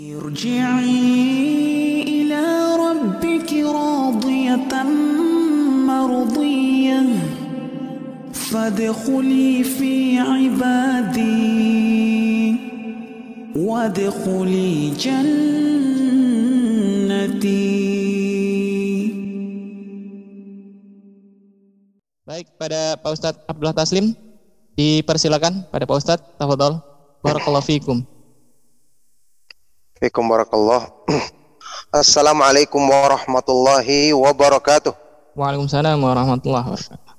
ارجعي إلى ربك راضية مرضية فادخلي في عبادي وادخلي جنتي. Baik, pada Pak Ustadz Abdullah Taslim dipersilakan pada Pak Ustadz. Tafadhol. Barakallahu fiikum. Fiikum barakallah. Assalamualaikum warahmatullahi wabarakatuh. Waalaikumsalam warahmatullahi wabarakatuh.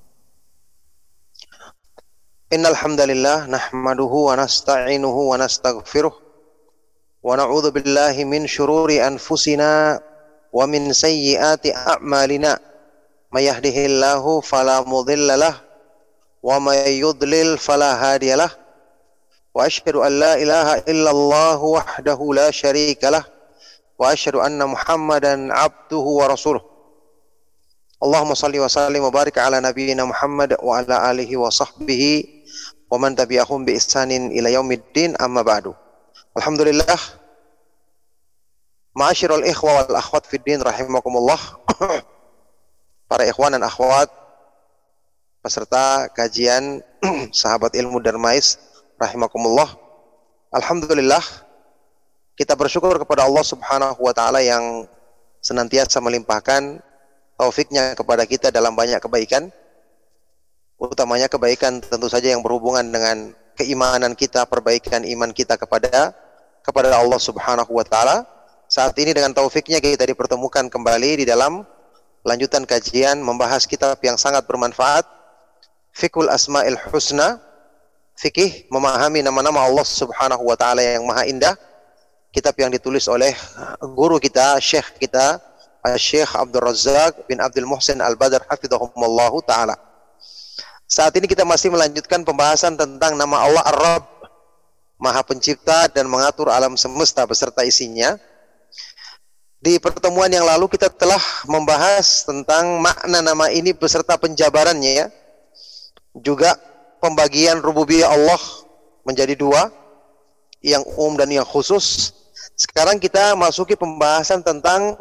Innal hamdalillah nahmaduhu wa nasta'inuhu wa nastaghfiruh wa na'udzu billahi min syururi anfusina wa min sayyiati a'malina. May yahdihillahu fala mudhillalah wa may yudlil fala hadiyalah. Wa asyhadu an la ilaha illallah wahdahu la syarika lah wa asyhadu anna Muhammadan abduhu wa rasuluh. Allahumma salli wa sallim wa barik ala nabiyyina Muhammad wa ala alihi wa sahbihi wa man tabi'ahum bi ihsanin ila yaumiddin, amma ba'du. Alhamdulillah, ma'asyiral ikhwa wal akhwat fid din rahimakumullah. Para ikhwan dan akhwat peserta kajian sahabat ilmu Darmais rahimakumullah. Alhamdulillah, kita bersyukur kepada Allah Subhanahu wa taala yang senantiasa melimpahkan taufiknya kepada kita dalam banyak kebaikan, utamanya kebaikan tentu saja yang berhubungan dengan keimanan kita, perbaikan iman kita kepada Allah Subhanahu wa taala. Saat ini dengan taufiknya kita dipertemukan kembali di dalam lanjutan kajian membahas kitab yang sangat bermanfaat, Fiqhul Asma'il Husna, fikih memahami nama-nama Allah Subhanahu wa taala yang maha indah. Kitab yang ditulis oleh guru kita, syekh kita, Syekh Abdul Razzaq bin Abdul Muhsin Al-Badr hafizahumullahu taala. Saat ini kita masih melanjutkan pembahasan tentang nama Allah Ar-Rabb, Maha Pencipta dan mengatur alam semesta beserta isinya. Di pertemuan yang lalu kita telah membahas tentang makna nama ini beserta penjabarannya, ya. Juga pembagian rububiyah Allah menjadi dua, yang umum dan yang khusus. Sekarang kita masuki pembahasan tentang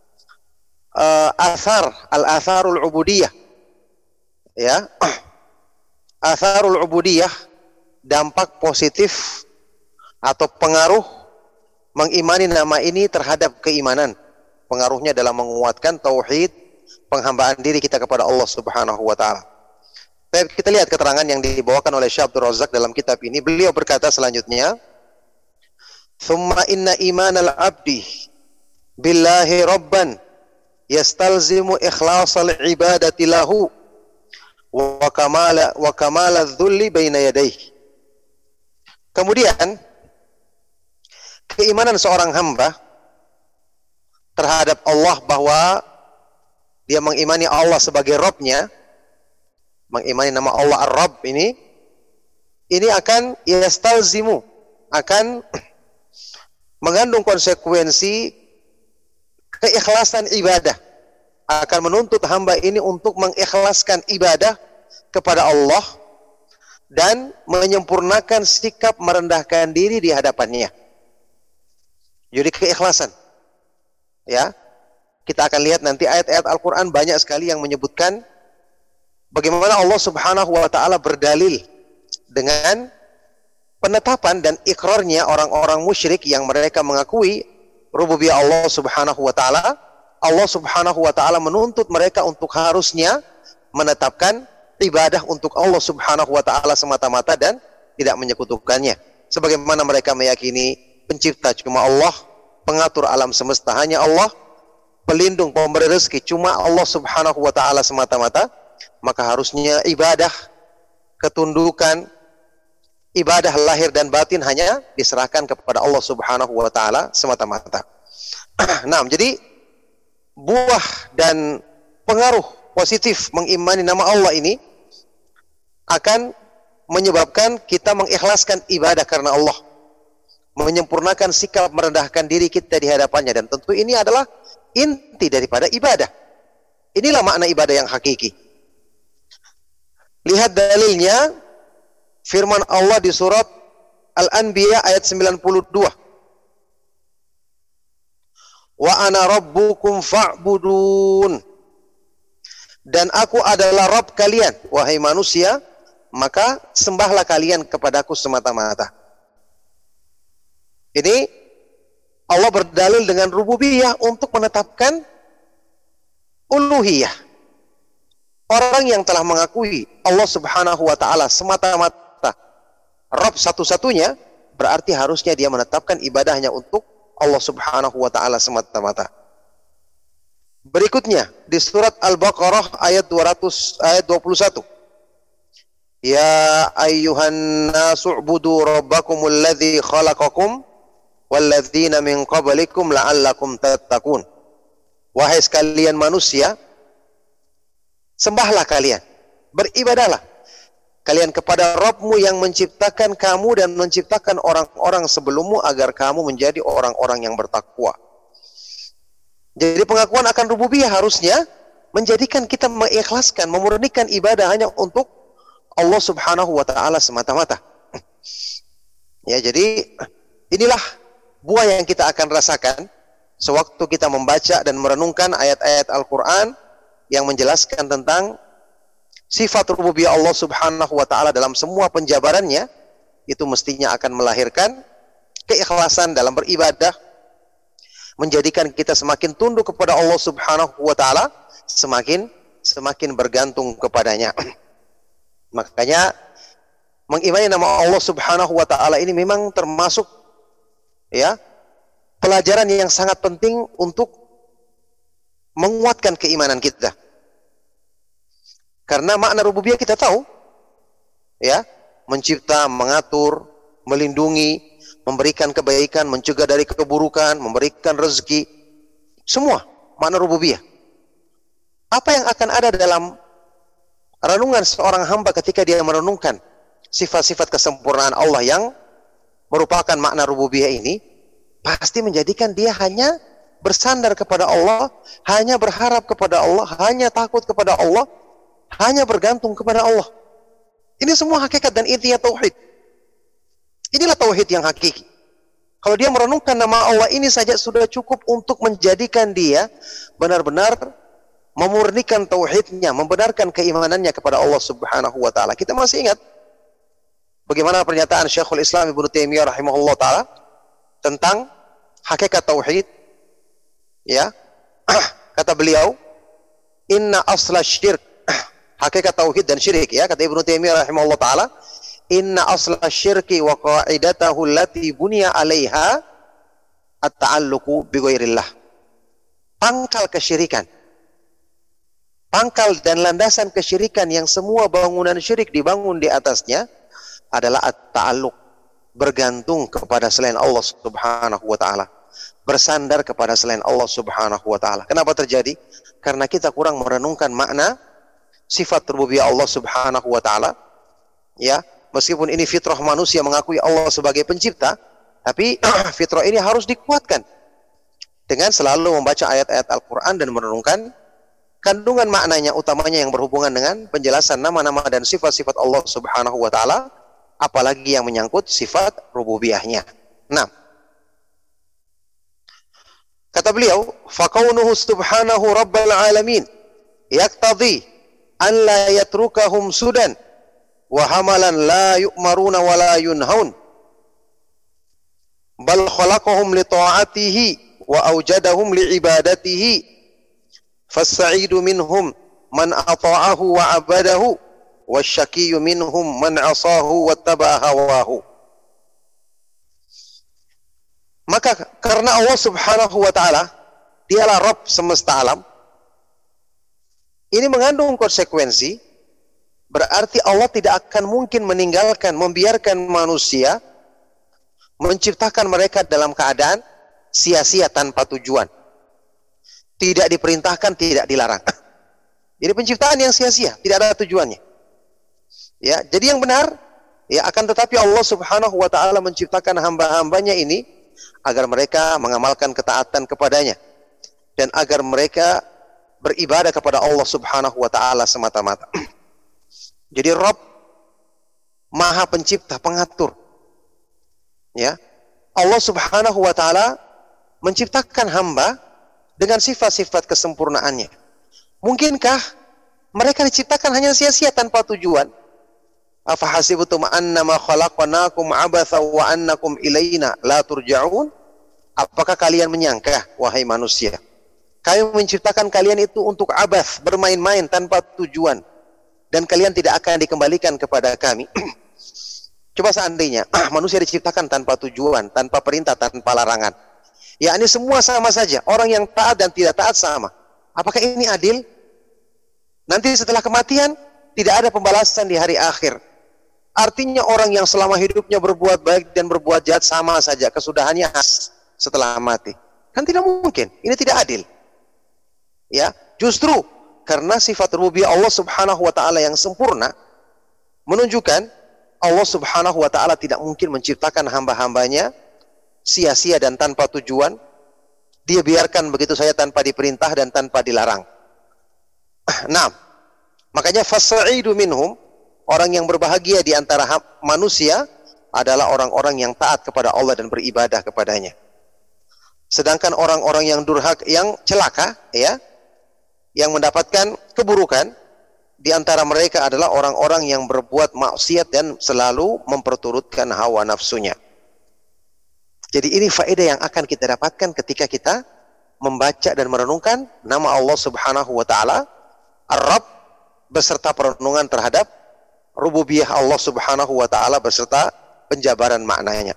al-atharul ubudiyah, ya. Atharul ubudiyah, dampak positif atau pengaruh mengimani nama ini terhadap keimanan. Pengaruhnya dalam menguatkan tauhid, penghambaan diri kita kepada Allah Subhanahu wa taala. Baik, kita lihat keterangan yang dibawakan oleh Syekh Abdul Razzaq dalam kitab ini. Beliau berkata selanjutnya, "Tsumma inna imanal abdi billahi rabban yastalzimu ikhlasal ibadati lahu wa kamala dzulli baina yadayhi." Kemudian keimanan seorang hamba terhadap Allah, bahwa dia mengimani Allah sebagai Rabb-nya, mengimani nama Allah Ar-Rabb ini akan yastalzimu, akan mengandung konsekuensi keikhlasan ibadah, akan menuntut hamba ini untuk mengikhlaskan ibadah kepada Allah dan menyempurnakan sikap merendahkan diri di hadapannya. Jadi keikhlasan, ya. Kita akan lihat nanti ayat-ayat Al-Quran banyak sekali yang menyebutkan bagaimana Allah Subhanahu wa ta'ala berdalil dengan penetapan dan ikrarnya orang-orang musyrik yang mereka mengakui rububiyah Allah Subhanahu wa ta'ala. Allah Subhanahu wa ta'ala menuntut mereka untuk harusnya menetapkan ibadah untuk Allah Subhanahu wa ta'ala semata-mata dan tidak menyekutukannya. Sebagaimana mereka meyakini pencipta cuma Allah, pengatur alam semesta hanya Allah, pelindung pemberi rezeki cuma Allah Subhanahu wa ta'ala semata-mata, maka harusnya ibadah, ketundukan, ibadah lahir dan batin hanya diserahkan kepada Allah Subhanahu wa ta'ala semata-mata. Nah, jadi buah dan pengaruh positif mengimani nama Allah ini akan menyebabkan kita mengikhlaskan ibadah karena Allah, menyempurnakan sikap merendahkan diri kita di hadapannya, dan tentu ini adalah inti daripada ibadah. Inilah makna ibadah yang hakiki. Lihat dalilnya, firman Allah di surat Al-Anbiya ayat 92. Wa ana rabbukum fa'budun. Dan aku adalah Rabb kalian, wahai manusia, maka sembahlah kalian kepadaku semata-mata. Ini Allah berdalil dengan rububiyah untuk menetapkan uluhiyah. Orang yang telah mengakui Allah Subhanahu wa taala semata-mata Rabb satu-satunya, berarti harusnya dia menetapkan ibadahnya untuk Allah Subhanahu wa taala semata-mata. Berikutnya di surat Al-Baqarah ayat 21. Ya ayyuhan nasu ubudu rabbakumul ladzi khalaqakum walladzina min qablikum la'allakum tattaqun. Wahai sekalian manusia, sembahlah kalian, beribadahlah kalian kepada Rabbmu yang menciptakan kamu dan menciptakan orang-orang sebelummu agar kamu menjadi orang-orang yang bertakwa. Jadi pengakuan akan rububiyah harusnya menjadikan kita mengikhlaskan, memurnikan ibadah hanya untuk Allah Subhanahu wa taala semata-mata. Ya, jadi inilah buah yang kita akan rasakan sewaktu kita membaca dan merenungkan ayat-ayat Al-Qur'an yang menjelaskan tentang sifat rububiyah Allah Subhanahu wa taala dalam semua penjabarannya. Itu mestinya akan melahirkan keikhlasan dalam beribadah, menjadikan kita semakin tunduk kepada Allah Subhanahu wa taala, semakin bergantung kepadanya. Makanya mengimani nama Allah Subhanahu wa taala ini memang termasuk ya pelajaran yang sangat penting untuk menguatkan keimanan kita. Karena makna rububiyah kita tahu, ya, mencipta, mengatur, melindungi, memberikan kebaikan, mencegah dari keburukan, memberikan rezeki, semua makna rububiyah. Apa yang akan ada dalam renungan seorang hamba ketika dia merenungkan sifat-sifat kesempurnaan Allah yang merupakan makna rububiyah ini, pasti menjadikan dia hanya bersandar kepada Allah, hanya berharap kepada Allah, hanya takut kepada Allah, hanya bergantung kepada Allah. Ini semua hakikat dan intinya tauhid. Inilah tauhid yang hakiki. Kalau dia merenungkan nama Allah ini saja sudah cukup untuk menjadikan dia benar-benar memurnikan tauhidnya, membenarkan keimanannya kepada Allah Subhanahu wa taala. Kita masih ingat bagaimana pernyataan Syekhul Islam Ibnu Taimiyah rahimahullah taala tentang hakikat tauhid. Ya. Kata beliau, "Inna asla syirk." Hakikat tauhid dan syirik, ya, kata Ibnu Taimiyah rahimahullah taala, "Inna asla syirki wa qa'idatahu allati buniya 'alaiha at-ta'alluqu bi ghairillah." Pangkal kesyirikan, pangkal dan landasan kesyirikan yang semua bangunan syirik dibangun di atasnya adalah at-ta'alluq, bergantung kepada selain Allah Subhanahu wa taala, bersandar kepada selain Allah Subhanahu wa taala. Kenapa terjadi? Karena kita kurang merenungkan makna sifat rububiyah Allah Subhanahu wa taala. Ya, meskipun ini fitrah manusia mengakui Allah sebagai pencipta, tapi fitrah ini harus dikuatkan dengan selalu membaca ayat-ayat Al-Qur'an dan merenungkan kandungan maknanya, utamanya yang berhubungan dengan penjelasan nama-nama dan sifat-sifat Allah Subhanahu wa taala, apalagi yang menyangkut sifat rububiyahnya. Nah, kata beliau, "Faqaunuhu subhanahu rabbal alamin yaqtadhi an la yatrukahum sudan wa hamalan la yu'maruna wa la yunhaun bal khalaqahum li ta'atihi wa awjadahum li ibadatihi fas-sa'idu minhum man ata'ahu wa abadahu wasyaqiyyu minhum man asahu wa taba'a hawahu." Maka karena Allah Subhanahu wa taala dialah Rabb semesta alam, ini mengandung konsekuensi, berarti Allah tidak akan mungkin meninggalkan, membiarkan manusia menciptakan mereka dalam keadaan sia-sia tanpa tujuan. Tidak diperintahkan, tidak dilarang. Jadi penciptaan yang sia-sia, tidak ada tujuannya. Ya, jadi yang benar, ya, akan tetapi Allah Subhanahu wa taala menciptakan hamba-hambanya ini agar mereka mengamalkan ketaatan kepadanya dan agar mereka beribadah kepada Allah Subhanahu wa taala semata-mata. Jadi Rabb Maha Pencipta, pengatur. Ya. Allah Subhanahu wa taala menciptakan hamba dengan sifat-sifat kesempurnaannya. Mungkinkah mereka diciptakan hanya sia-sia tanpa tujuan? Afahasibtum annama khalaqnakum abatha wa annakum ilaina la turja'un? Apakah kalian menyangka, wahai manusia, kami menciptakan kalian itu untuk abath, bermain-main tanpa tujuan, dan kalian tidak akan dikembalikan kepada kami? Coba seandainya manusia diciptakan tanpa tujuan, tanpa perintah, tanpa larangan, yakni semua sama saja, orang yang taat dan tidak taat sama. Apakah ini adil? Nanti setelah kematian tidak ada pembalasan di hari akhir. Artinya orang yang selama hidupnya berbuat baik dan berbuat jahat sama saja, kesudahannya setelah mati. Kan tidak mungkin, ini tidak adil. Ya, justru karena sifat rububiyah Allah Subhanahu wa taala yang sempurna menunjukkan Allah Subhanahu wa taala tidak mungkin menciptakan hamba-hambanya sia-sia dan tanpa tujuan. Dia biarkan begitu saja tanpa diperintah dan tanpa dilarang. Nah, makanya fasaidu minhum, orang yang berbahagia di antara manusia adalah orang-orang yang taat kepada Allah dan beribadah kepadanya. Sedangkan orang-orang yang durhaka, yang celaka, ya, yang mendapatkan keburukan, di antara mereka adalah orang-orang yang berbuat maksiat dan selalu memperturutkan hawa nafsunya. Jadi ini faedah yang akan kita dapatkan ketika kita membaca dan merenungkan nama Allah Subhanahu wa taala Ar-Rabb beserta perenungan terhadap rububiyah Allah Subhanahu wa taala beserta penjabaran maknanya.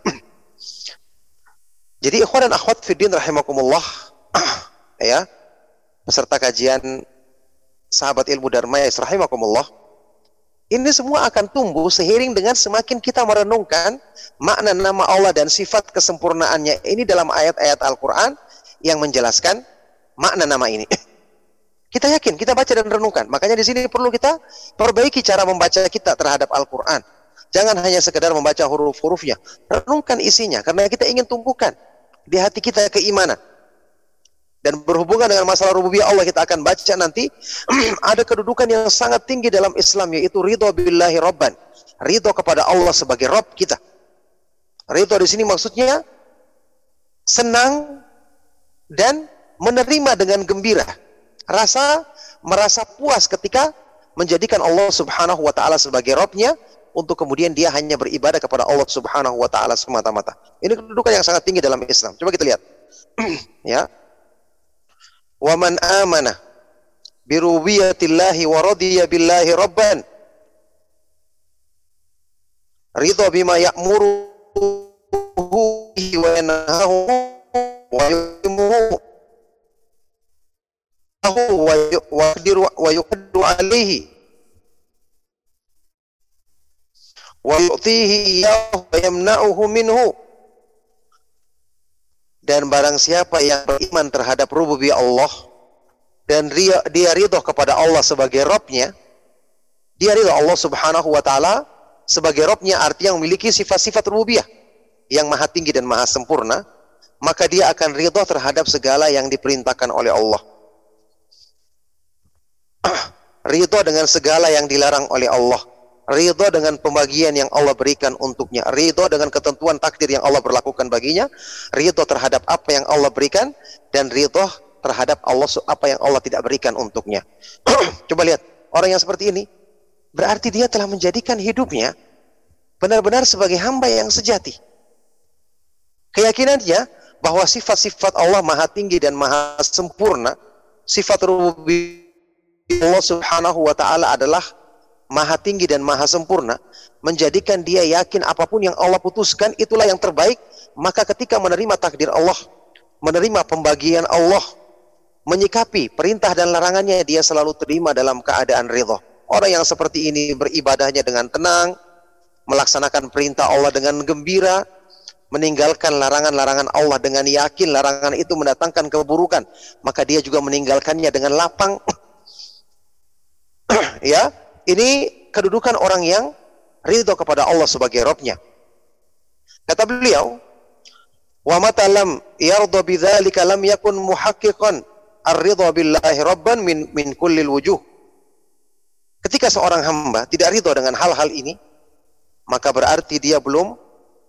Jadi ikhwan dan akhwat fiddin rahimakumullah, ya, peserta kajian sahabat ilmu Darmais rahimakumullah, ini semua akan tumbuh seiring dengan semakin kita merenungkan makna nama Allah dan sifat kesempurnaannya ini dalam ayat-ayat Al-Quran yang menjelaskan makna nama ini. Kita yakin, kita baca dan renungkan. Makanya di sini perlu kita perbaiki cara membaca kita terhadap Al-Quran. Jangan hanya sekedar membaca huruf-hurufnya, renungkan isinya, karena kita ingin tumbuhkan di hati kita keimanan. Dan berhubungan dengan masalah rububiyah Allah, kita akan baca nanti ada kedudukan yang sangat tinggi dalam Islam, yaitu ridho billahi rabban, ridho kepada Allah sebagai Rabb kita. Ridho di sini maksudnya senang dan menerima dengan gembira, merasa puas ketika menjadikan Allah Subhanahu wa taala sebagai Rabb-nya, untuk kemudian dia hanya beribadah kepada Allah Subhanahu wa taala semata-mata. Ini kedudukan yang sangat tinggi dalam Islam. Coba kita lihat. Ya. Wa man amana bi rububiyyatillahi wa radiya billahi rabban, ridha bima ya'muru wa yanhahu wa yuqimuhu wa yuqaddu alaihi wa yu'tihi iyyahu wa yamna'uhu minhu. Dan barang siapa yang beriman terhadap rububiyah Allah dan dia ridho kepada Allah sebagai Rabb-nya, dia ridho Allah Subhanahu wa taala sebagai Rabb-nya, artinya memiliki sifat-sifat rububiyah yang maha tinggi dan maha sempurna, maka dia akan ridho terhadap segala yang diperintahkan oleh Allah. Ridho dengan segala yang dilarang oleh Allah. Ridho dengan pembagian yang Allah berikan untuknya. Ridho dengan ketentuan takdir yang Allah berlakukan baginya. Ridho terhadap apa yang Allah berikan. Dan ridho terhadap apa yang Allah tidak berikan untuknya. Coba lihat, orang yang seperti ini berarti dia telah menjadikan hidupnya benar-benar sebagai hamba yang sejati. Keyakinannya bahwa sifat-sifat Allah maha tinggi dan maha sempurna, sifat rububiyah Allah Subhanahu wa taala adalah maha tinggi dan maha sempurna, menjadikan dia yakin apapun yang Allah putuskan itulah yang terbaik. Maka ketika menerima takdir Allah, menerima pembagian Allah, menyikapi perintah dan larangannya, dia selalu terima dalam keadaan ridha. Orang yang seperti ini beribadahnya dengan tenang, melaksanakan perintah Allah dengan gembira, meninggalkan larangan-larangan Allah dengan yakin larangan itu mendatangkan keburukan, maka dia juga meninggalkannya dengan lapang. Ya, ini kedudukan orang yang ridho kepada Allah sebagai Rabb-nya. Kata beliau, wa mata lam yarda bidzalika lam yakun muhaqqiqan ar-ridha billahi rabban min kullil wujuh. Ketika seorang hamba tidak ridho dengan hal-hal ini, maka berarti dia belum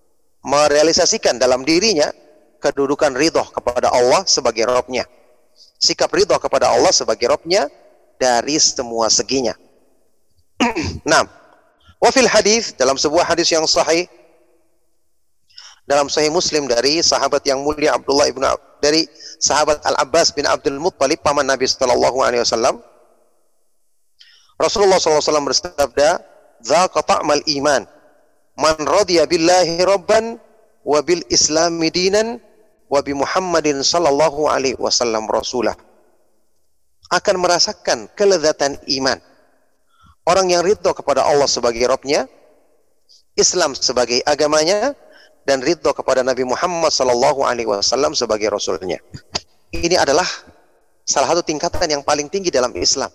merealisasikan dalam dirinya kedudukan ridho kepada Allah sebagai Rabb-nya. sikap ridho kepada Allah sebagai Rabb-nya dari semua seginya. Nah, wa fil hadis, dalam sebuah hadis yang sahih dalam Sahih Muslim dari sahabat yang mulia dari sahabat Al-Abbas bin Abdul Muttalib, paman Nabi sallallahu alaihi wasallam, Rasulullah SAW bersabda, "Dzaqa ta'mal iman, man radiya billahi rabban wa bil islami dinan wa bi Muhammadin sallallahu alaihi wasallam rasulah." Akan merasakan kelezatan iman orang yang ridho kepada Allah sebagai Rabb-nya, Islam sebagai agamanya, dan ridho kepada Nabi Muhammad sallallahu alaihi wasallam sebagai rasulnya. Ini adalah salah satu tingkatan yang paling tinggi dalam Islam.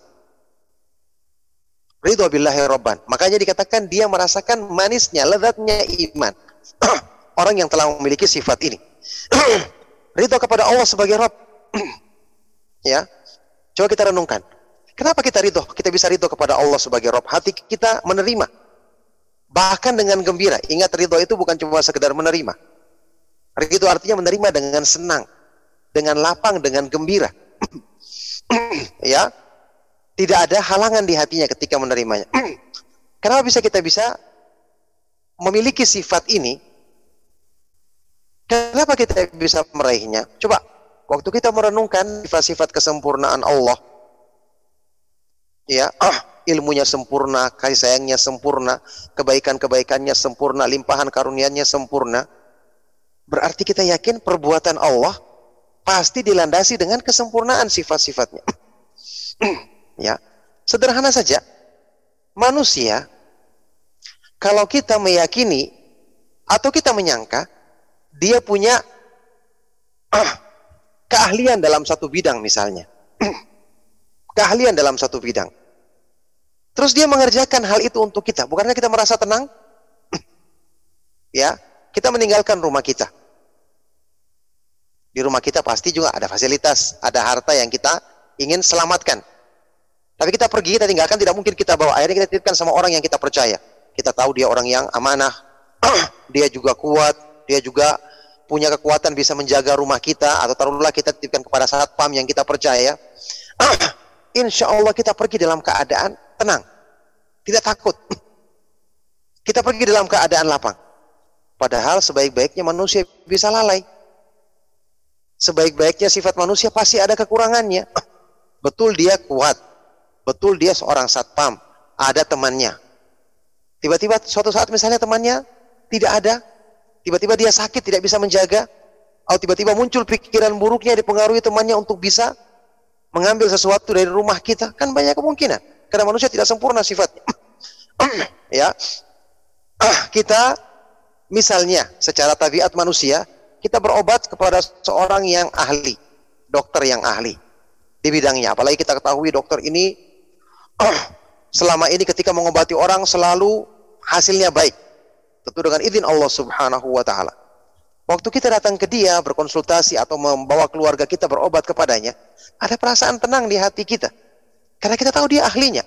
Ridho billahi rabban. Makanya dikatakan dia merasakan manisnya, lezatnya iman. Orang yang telah memiliki sifat ini. Ridho kepada Allah sebagai Rabb. Ya. Coba kita renungkan. Kenapa kita ridho? Kita bisa ridho kepada Allah sebagai Rabb. Hati kita menerima. Bahkan dengan gembira. Ingat, ridho itu bukan cuma sekedar menerima. Ridho artinya menerima dengan senang, dengan lapang, dengan gembira. Ya, tidak ada halangan di hatinya ketika menerimanya. Kenapa kita bisa memiliki sifat ini? Kenapa kita bisa meraihnya? Coba, waktu kita merenungkan sifat-sifat kesempurnaan Allah, ya, ilmunya sempurna, kasih sayangnya sempurna, kebaikan-kebaikannya sempurna, limpahan karunia-Nya sempurna. Berarti kita yakin perbuatan Allah pasti dilandasi dengan kesempurnaan sifat-sifatnya. Ya, sederhana saja. Manusia, kalau kita meyakini atau kita menyangka dia punya keahlian dalam satu bidang misalnya. Keahlian dalam satu bidang. Terus dia mengerjakan hal itu untuk kita, bukannya kita merasa tenang? Ya, kita meninggalkan rumah kita. Di rumah kita pasti juga ada fasilitas, ada harta yang kita ingin selamatkan. Tapi kita pergi, kita tinggalkan, tidak mungkin kita bawa. Akhirnya kita titipkan sama orang yang kita percaya. Kita tahu dia orang yang amanah, dia juga kuat, dia juga punya kekuatan bisa menjaga rumah kita, atau taruhlah kita titipkan kepada satpam yang kita percaya. Insya Allah kita pergi dalam keadaan tenang, tidak takut. Kita pergi dalam keadaan lapang. Padahal sebaik-baiknya manusia bisa lalai. Sebaik-baiknya sifat manusia pasti ada kekurangannya. Betul dia kuat, betul dia seorang satpam, ada temannya. Tiba-tiba suatu saat misalnya temannya tidak ada, tiba-tiba dia sakit, tidak bisa menjaga, atau tiba-tiba muncul pikiran buruknya, dipengaruhi temannya untuk bisa mengambil sesuatu dari rumah kita. Kan banyak kemungkinan, karena manusia tidak sempurna sifatnya. Ya, kita misalnya secara tabiat manusia, kita berobat kepada seorang yang ahli, dokter yang ahli di bidangnya. Apalagi kita ketahui dokter ini selama ini ketika mengobati orang selalu hasilnya baik, tentu dengan izin Allah Subhanahu wa Ta'ala. Waktu kita datang ke dia berkonsultasi atau membawa keluarga kita berobat kepadanya, ada perasaan tenang di hati kita, karena kita tahu dia ahlinya.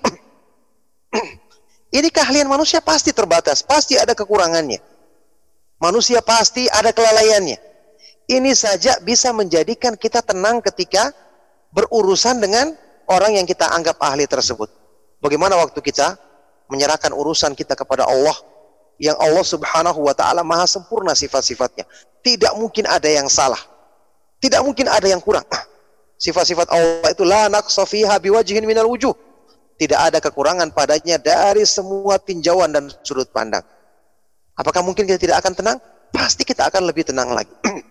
Ini keahlian manusia pasti terbatas, pasti ada kekurangannya. Manusia pasti ada kelalaiannya. Ini saja bisa menjadikan kita tenang ketika berurusan dengan orang yang kita anggap ahli tersebut. Bagaimana waktu kita menyerahkan urusan kita kepada Allah, yang Allah Subhanahu wa Ta'ala maha sempurna sifat-sifatnya. Tidak mungkin ada yang salah, tidak mungkin ada yang kurang. Sifat-sifat Allah itu la naqsa fiha biwajhin minal wujuh. Tidak ada kekurangan padanya dari semua tinjauan dan sudut pandang. Apakah mungkin kita tidak akan tenang? Pasti kita akan lebih tenang lagi.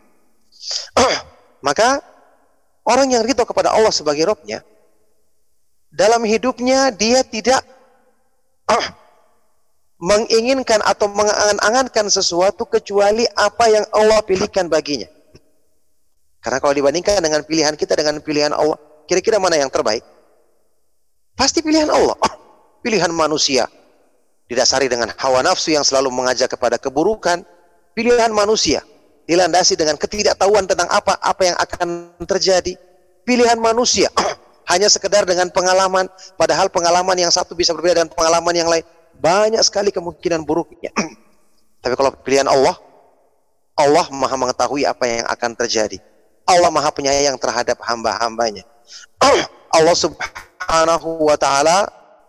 Maka orang yang ridho kepada Allah sebagai Rabb-nya, dalam hidupnya dia tidak menginginkan atau mengangan-angankan sesuatu kecuali apa yang Allah pilihkan baginya. Karena kalau dibandingkan dengan pilihan kita dengan pilihan Allah, kira-kira mana yang terbaik? Pasti pilihan Allah. Pilihan manusia didasari dengan hawa nafsu yang selalu mengajak kepada keburukan. Pilihan manusia dilandasi dengan ketidaktahuan tentang apa yang akan terjadi. Pilihan manusia hanya sekedar dengan pengalaman, padahal pengalaman yang satu bisa berbeda dengan pengalaman yang lain. Banyak sekali kemungkinan buruknya. Tapi kalau pilihan Allah, Allah maha mengetahui apa yang akan terjadi. Allah maha penyayang terhadap hamba-hambanya. Allah Subhanahu wa taala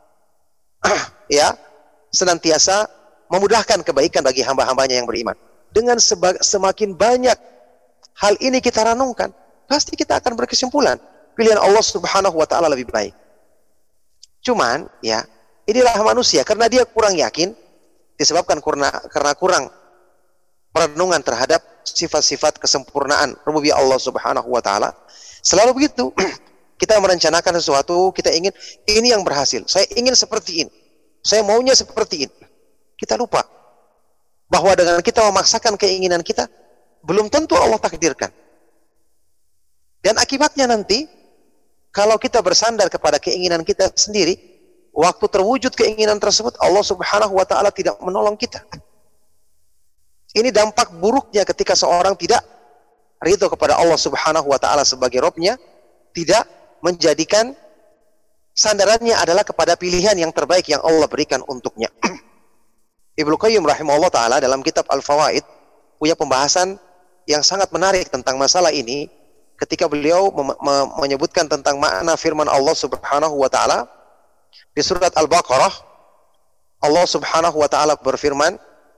ya senantiasa memudahkan kebaikan bagi hamba-hambanya yang beriman. Dengan semakin banyak hal ini kita renungkan, pasti kita akan berkesimpulan pilihan Allah Subhanahu wa taala lebih baik. Cuman ya, inilah manusia, karena dia kurang yakin disebabkan karena kurang perenungan terhadap sifat-sifat kesempurnaan rububiyah Allah Subhanahu wa taala. Selalu begitu. Kita merencanakan sesuatu, kita ingin ini yang berhasil. Saya ingin seperti ini. Saya maunya seperti ini. Kita lupa bahwa dengan kita memaksakan keinginan kita, belum tentu Allah takdirkan. Dan akibatnya nanti, kalau kita bersandar kepada keinginan kita sendiri, waktu terwujud keinginan tersebut, Allah Subhanahu wa taala tidak menolong kita. Ini dampak buruknya ketika seorang tidak ridho kepada Allah Subhanahu wa taala sebagai Rabb-nya, tidak menjadikan sandarannya adalah kepada pilihan yang terbaik yang Allah berikan untuknya. Ibnu Qayyim rahimahullah taala dalam kitab Al-Fawaid punya pembahasan yang sangat menarik tentang masalah ini ketika beliau menyebutkan tentang makna firman Allah Subhanahu wa taala di surat Al-Baqarah. Allah Subhanahu wa taala berfirman,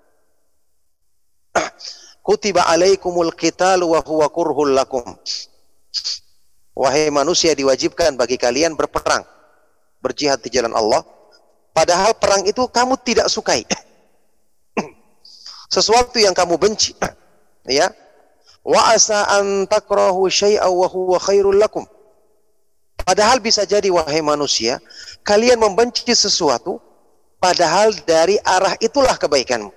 "Kutiba alaikumul qitalu wa huwa kurhul lakum." Wahai manusia, diwajibkan bagi kalian berperang, berjihad di jalan Allah, padahal perang itu kamu tidak sukai. Sesuatu yang kamu benci, ya. Wa asa an takrahu syai'an wa huwa khairul lakum. Padahal bisa jadi wahai manusia, kalian membenci sesuatu padahal dari arah itulah kebaikanmu.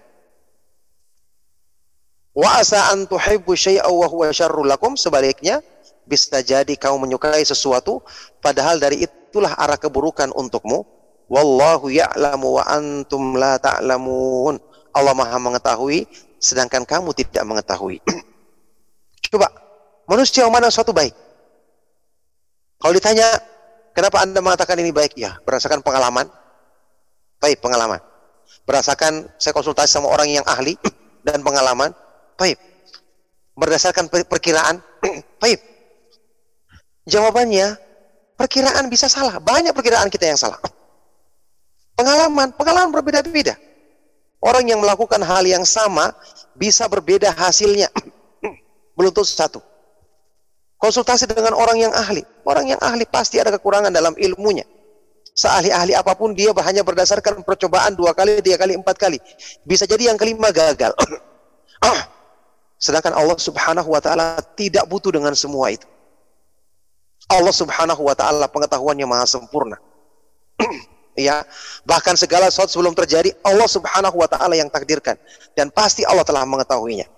Wa asa an tuhibbu syai'an wa huwa syarrul lakum. Sebaliknya, bisa jadi kamu menyukai sesuatu padahal dari itulah arah keburukan untukmu. Wallahu ya'lamu wa antum la ta'lamun. Allah Maha mengetahui sedangkan kamu tidak mengetahui. Coba, manusia yang mana suatu baik? Kalau ditanya, kenapa Anda mengatakan ini baik? Ya, berdasarkan pengalaman. Baik, pengalaman. Berdasarkan saya konsultasi sama orang yang ahli dan pengalaman. Baik. Berdasarkan perkiraan. Baik. Jawabannya, perkiraan bisa salah. Banyak perkiraan kita yang salah. Pengalaman berbeda-beda. Orang yang melakukan hal yang sama bisa berbeda hasilnya. Belum tentu satu. Konsultasi dengan orang yang ahli. Orang yang ahli pasti ada kekurangan dalam ilmunya. Seahli-ahli apapun dia hanya berdasarkan percobaan 2 kali, 3 kali, 4 kali. Bisa jadi yang kelima gagal. Sedangkan Allah Subhanahu wa taala tidak butuh dengan semua itu. Allah Subhanahu wa taala pengetahuannya maha sempurna. Ya, bahkan segala sesuatu sebelum terjadi Allah Subhanahu wa taala yang takdirkan dan pasti Allah telah mengetahuinya.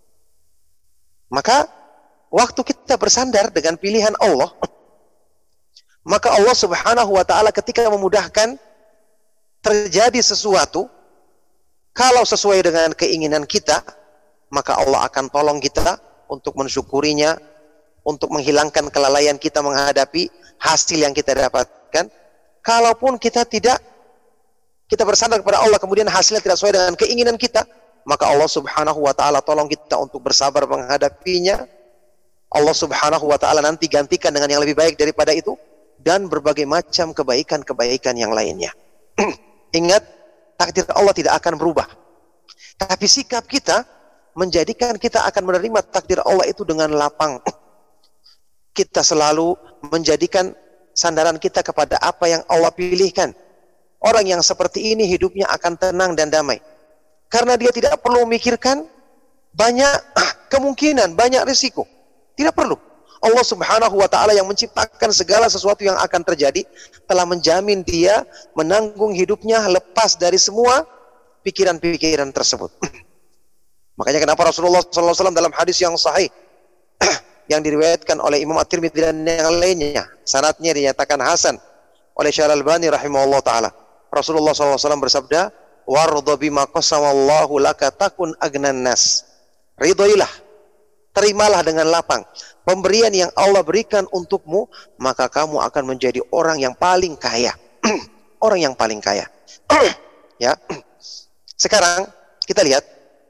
Maka waktu kita bersandar dengan pilihan Allah, maka Allah Subhanahu wa taala ketika memudahkan terjadi sesuatu, kalau sesuai dengan keinginan kita, maka Allah akan tolong kita untuk mensyukurinya, untuk menghilangkan kelalaian kita menghadapi hasil yang kita dapatkan. Kalaupun kita bersandar kepada Allah kemudian hasilnya tidak sesuai dengan keinginan kita, maka Allah Subhanahu wa taala tolong kita untuk bersabar menghadapinya. Allah Subhanahu wa taala nanti gantikan dengan yang lebih baik daripada itu dan berbagai macam kebaikan-kebaikan yang lainnya. Ingat, takdir Allah tidak akan berubah. Tapi sikap kita menjadikan kita akan menerima takdir Allah itu dengan lapang. Kita selalu menjadikan sandaran kita kepada apa yang Allah pilihkan. Orang yang seperti ini hidupnya akan tenang dan damai. Karena dia tidak perlu memikirkan banyak kemungkinan, banyak risiko. Tidak perlu. Allah Subhanahu wa taala yang menciptakan segala sesuatu yang akan terjadi telah menjamin dia menanggung hidupnya lepas dari semua pikiran-pikiran tersebut. Makanya kenapa Rasulullah SAW dalam hadis yang sahih yang diriwayatkan oleh Imam At-Tirmidzi dan yang lainnya, sanadnya dinyatakan hasan oleh Syekh Al-Albani rahimahullah taala. Rasulullah SAW bersabda, "Warda bima qasamallahu laka takun agnan nas." Ridhoilah, terimalah dengan lapang pemberian yang Allah berikan untukmu, maka kamu akan menjadi orang yang paling kaya. Orang yang paling kaya. Ya. Sekarang kita lihat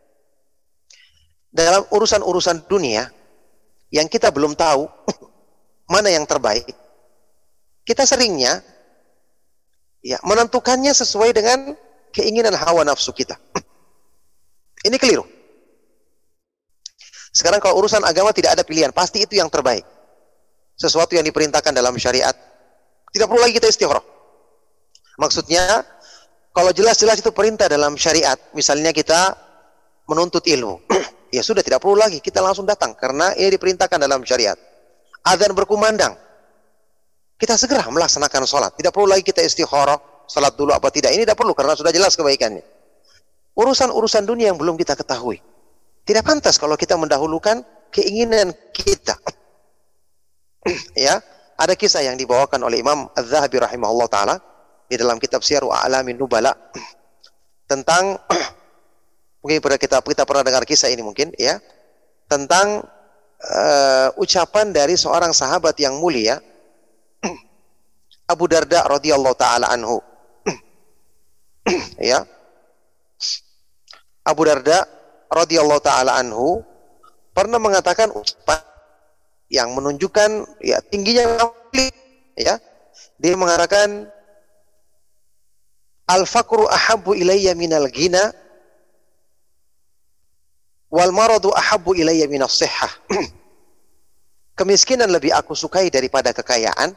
dalam urusan-urusan dunia yang kita belum tahu mana yang terbaik, kita seringnya ya menentukannya sesuai dengan keinginan hawa nafsu kita. Ini keliru. Sekarang kalau urusan agama tidak ada pilihan, pasti itu yang terbaik. Sesuatu yang diperintahkan dalam syariat, tidak perlu lagi kita istikharah. Maksudnya, kalau jelas-jelas itu perintah dalam syariat, misalnya kita menuntut ilmu, ya sudah tidak perlu lagi, kita langsung datang, karena ini diperintahkan dalam syariat. Adzan berkumandang, kita segera melaksanakan sholat, tidak perlu lagi kita istikharah, sholat dulu apa tidak, ini tidak perlu, karena sudah jelas kebaikannya. Urusan-urusan dunia yang belum kita ketahui, tidak pantas kalau kita mendahulukan keinginan kita. Ya, ada kisah yang dibawakan oleh Imam Az-Zahabi rahimahullah taala di dalam kitab Syiar A'lamin Nubala tentang mungkin kita pernah dengar kisah ini mungkin ya, tentang ucapan dari seorang sahabat yang mulia Abu Darda radhiyallahu taala anhu. Ya. Abu Darda radhiyallahu taala anhu pernah mengatakan ucapan yang menunjukkan ya tingginya ya. Dia mengatakan al-faqru ahabbu ilayya minal ghina wal maradu ahabbu ilayya minas sihhah. Kemiskinan lebih aku sukai daripada kekayaan,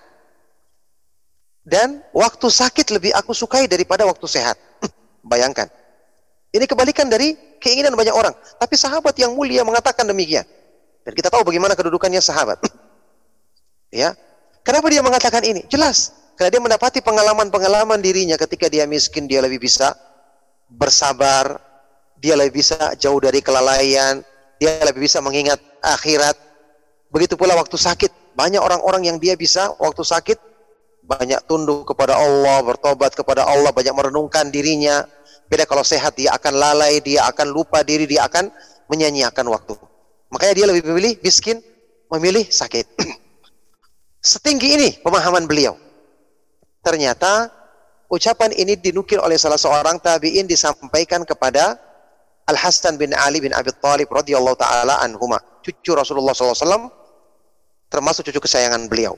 dan waktu sakit lebih aku sukai daripada waktu sehat. Bayangkan. Ini kebalikan dari keinginan banyak orang. Tapi sahabat yang mulia mengatakan demikian. Dan kita tahu bagaimana kedudukannya sahabat. Ya. Kenapa dia mengatakan ini? Jelas. Karena dia mendapati pengalaman-pengalaman dirinya ketika dia miskin, dia lebih bisa bersabar, dia lebih bisa jauh dari kelalaian, dia lebih bisa mengingat akhirat. Begitu pula waktu sakit. Banyak orang-orang yang dia bisa waktu sakit banyak tunduk kepada Allah, bertobat kepada Allah, banyak merenungkan dirinya. Beda kalau sehat, dia akan lalai, dia akan lupa diri, dia akan menyanyiakan waktu. Makanya dia lebih memilih miskin, memilih sakit. Setinggi ini pemahaman beliau. Ternyata ucapan ini dinukil oleh salah seorang tabi'in, disampaikan kepada Al-Hasan bin Ali bin Abi Thalib radhiyallahu taala anhuma, cucu Rasulullah SAW, termasuk cucu kesayangan beliau.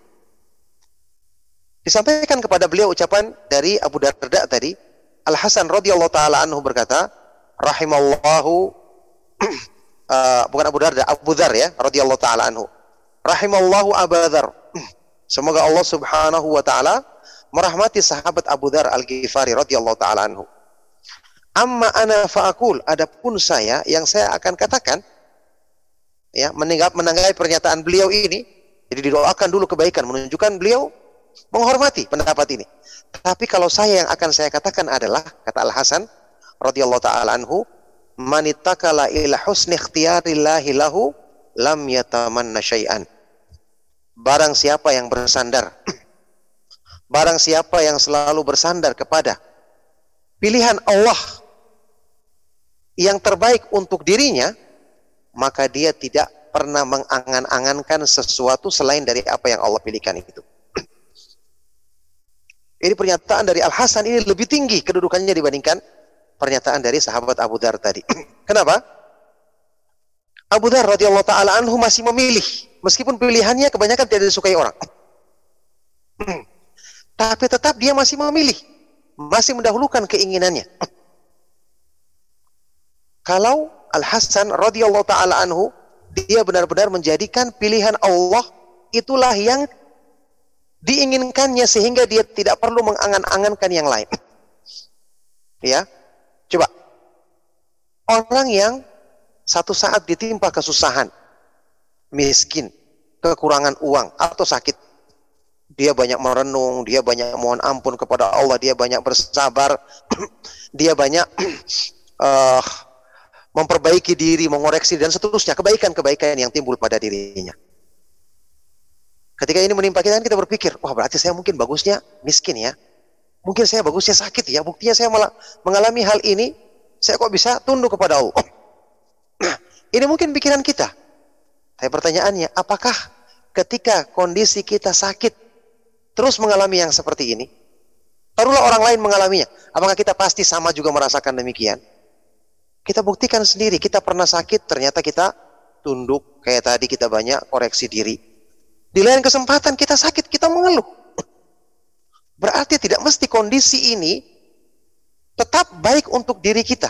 Disampaikan kepada beliau ucapan dari Abu Darda tadi. Al-Hasan radhiyallahu taala anhu berkata, rahimallahu bukan Abu Darda, Abu Dzar ya, radhiyallahu taala anhu. Rahimallahu Abu Dzar. Semoga Allah Subhanahu wa taala merahmati sahabat Abu Dzar Al-Ghifari radhiyallahu taala anhu. Amma ana fa'akul, adapun saya yang saya akan katakan ya, menanggapi pernyataan beliau ini, jadi didoakan dulu kebaikan, menunjukkan beliau menghormati pendapat ini. Tapi kalau saya yang akan saya katakan adalah, kata Al-Hasan radhiyallahu taala anhu, manittakala ila husni ikhtiyarillahi lahu lam yatamanna syai'an. Barang siapa yang bersandar, barang siapa yang selalu bersandar kepada pilihan Allah yang terbaik untuk dirinya, maka dia tidak pernah mengangan-angankan sesuatu selain dari apa yang Allah pilihkan itu. Ini pernyataan dari Al-Hasan ini lebih tinggi kedudukannya dibandingkan pernyataan dari sahabat Abu Dzar tadi. Kenapa? Abu Dzar radhiyallahu taala anhu masih memilih, meskipun pilihannya kebanyakan tidak disukai orang. Tapi tetap dia masih memilih, masih mendahulukan keinginannya. Kalau Al-Hasan radhiyallahu taala anhu, dia benar-benar menjadikan pilihan Allah itulah yang diinginkannya, sehingga dia tidak perlu mengangan-angankan yang lain. Ya, coba orang yang satu saat ditimpa kesusahan, miskin, kekurangan uang atau sakit, dia banyak merenung, dia banyak mohon ampun kepada Allah, dia banyak bersabar, dia banyak memperbaiki diri, mengoreksi dan seterusnya, kebaikan-kebaikan yang timbul pada dirinya. Ketika ini menimpa kita, kita berpikir, wah berarti saya mungkin bagusnya miskin ya. Mungkin saya bagusnya sakit ya. Buktinya saya malah mengalami hal ini, saya kok bisa tunduk kepada Allah. Ini mungkin pikiran kita. Tapi pertanyaannya, apakah ketika kondisi kita sakit, terus mengalami yang seperti ini? Taruhlah orang lain mengalaminya. Apakah kita pasti sama juga merasakan demikian? Kita buktikan sendiri, kita pernah sakit, ternyata kita tunduk. Kayak tadi kita banyak koreksi diri. Di lain kesempatan kita sakit, kita mengeluh. Berarti tidak mesti kondisi ini tetap baik untuk diri kita.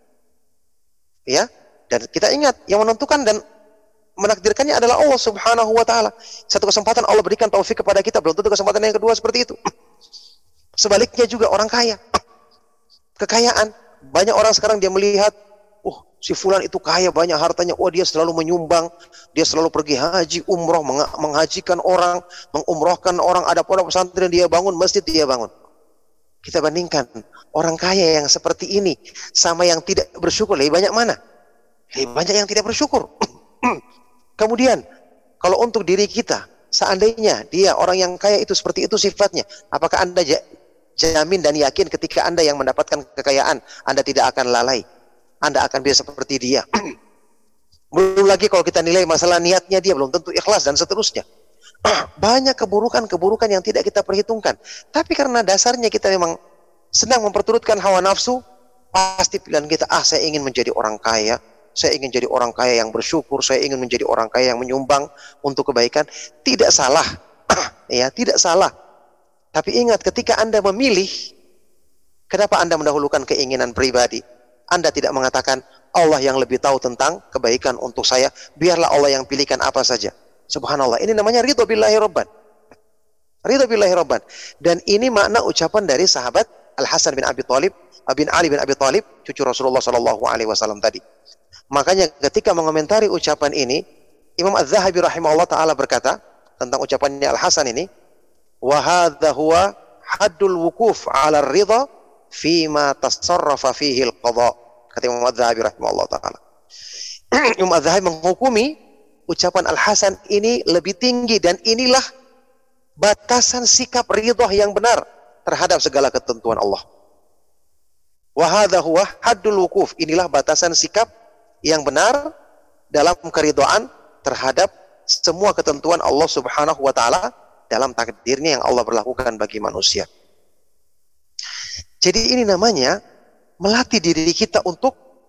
Ya, dan kita ingat yang menentukan dan menakdirkannya adalah Allah Subhanahu wa taala. Satu kesempatan Allah berikan taufik kepada kita, belum tentu kesempatan yang kedua seperti itu. Sebaliknya juga orang kaya. Kekayaan, banyak orang sekarang dia melihat, si fulan itu kaya, banyak hartanya, dia selalu menyumbang, dia selalu pergi haji, umroh, menghajikan orang, mengumrohkan orang, ada pondok pesantren dia bangun, masjid dia bangun. Kita bandingkan orang kaya yang seperti ini sama yang tidak bersyukur, lebih banyak mana? Lebih banyak yang tidak bersyukur. Kemudian, kalau untuk diri kita, seandainya dia orang yang kaya itu seperti itu sifatnya, apakah Anda jamin dan yakin ketika Anda yang mendapatkan kekayaan, Anda tidak akan lalai, Anda akan bisa seperti dia? Belum lagi kalau kita nilai masalah niatnya dia, belum tentu ikhlas dan seterusnya. Banyak keburukan-keburukan yang tidak kita perhitungkan. Tapi karena dasarnya kita memang sedang memperturutkan hawa nafsu, pasti pilihan kita, saya ingin menjadi orang kaya, saya ingin jadi orang kaya yang bersyukur, saya ingin menjadi orang kaya yang menyumbang untuk kebaikan. Tidak salah, ya, tidak salah. Tapi ingat, ketika Anda memilih, kenapa Anda mendahulukan keinginan pribadi? Anda tidak mengatakan, Allah yang lebih tahu tentang kebaikan untuk saya, biarlah Allah yang pilihkan apa saja. Subhanallah, ini namanya ridho billahi rabban. Ridho billahi rabban. Dan ini makna ucapan dari sahabat Al-Hasan bin Abi Thalib, bin Ali bin Abi Thalib, cucu Rasulullah SAW tadi. Makanya ketika mengomentari ucapan ini, Imam Az-Zahabi rahimahullah ta'ala berkata, tentang ucapannya Al-Hasan ini, wa hadza huwa haddul wukuf 'ala ar-ridha fima tasarrafa fihi al-qadha. Kata Imam Az-Zahabi rahimahullah taala. Imam Az-Zahabi menghukumi ucapan Al-Hasan ini lebih tinggi, dan inilah batasan sikap ridha yang benar terhadap segala ketentuan Allah. Wa hadza huwa haddul wukuf, inilah batasan sikap yang benar dalam keridhaan terhadap semua ketentuan Allah Subhanahu wa taala dalam takdirnya yang Allah berlakukan bagi manusia. Jadi ini namanya melatih diri kita untuk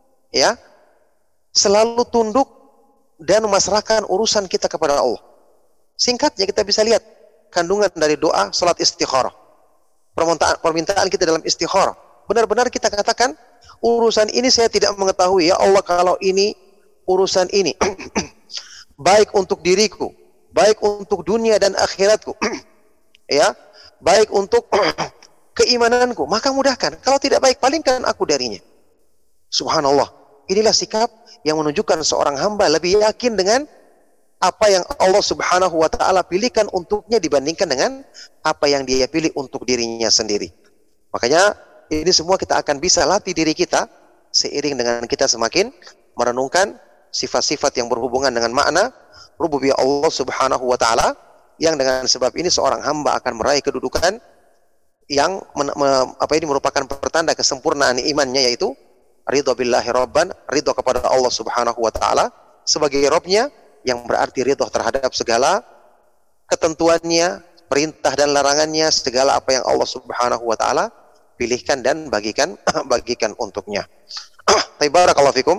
selalu tunduk dan memasrahkan urusan kita kepada Allah. Singkatnya kita bisa lihat kandungan dari doa salat istikharah. Permintaan kita dalam istikharah. Benar-benar kita katakan, urusan ini saya tidak mengetahui, ya Allah, kalau ini urusan ini baik untuk diriku, baik untuk dunia dan akhiratku, ya, baik untuk keimananku, maka mudahkan. Kalau tidak baik, palingkan aku darinya. Subhanallah, inilah sikap yang menunjukkan seorang hamba lebih yakin dengan apa yang Allah Subhanahu wa ta'ala pilihkan untuknya dibandingkan dengan apa yang dia pilih untuk dirinya sendiri. Makanya ini semua kita akan bisa latih diri kita seiring dengan kita semakin merenungkan sifat-sifat yang berhubungan dengan makna rububiyah Allah Subhanahu wa ta'ala, yang dengan sebab ini seorang hamba akan meraih kedudukan yang merupakan pertanda kesempurnaan imannya, yaitu ridho billahi rabban, ridho kepada Allah Subhanahu wa ta'ala sebagai Rabbnya, yang berarti ridho terhadap segala ketentuannya, perintah dan larangannya, segala apa yang Allah Subhanahu wa ta'ala pilihkan dan bagikan untuknya. Barakallahu fikum.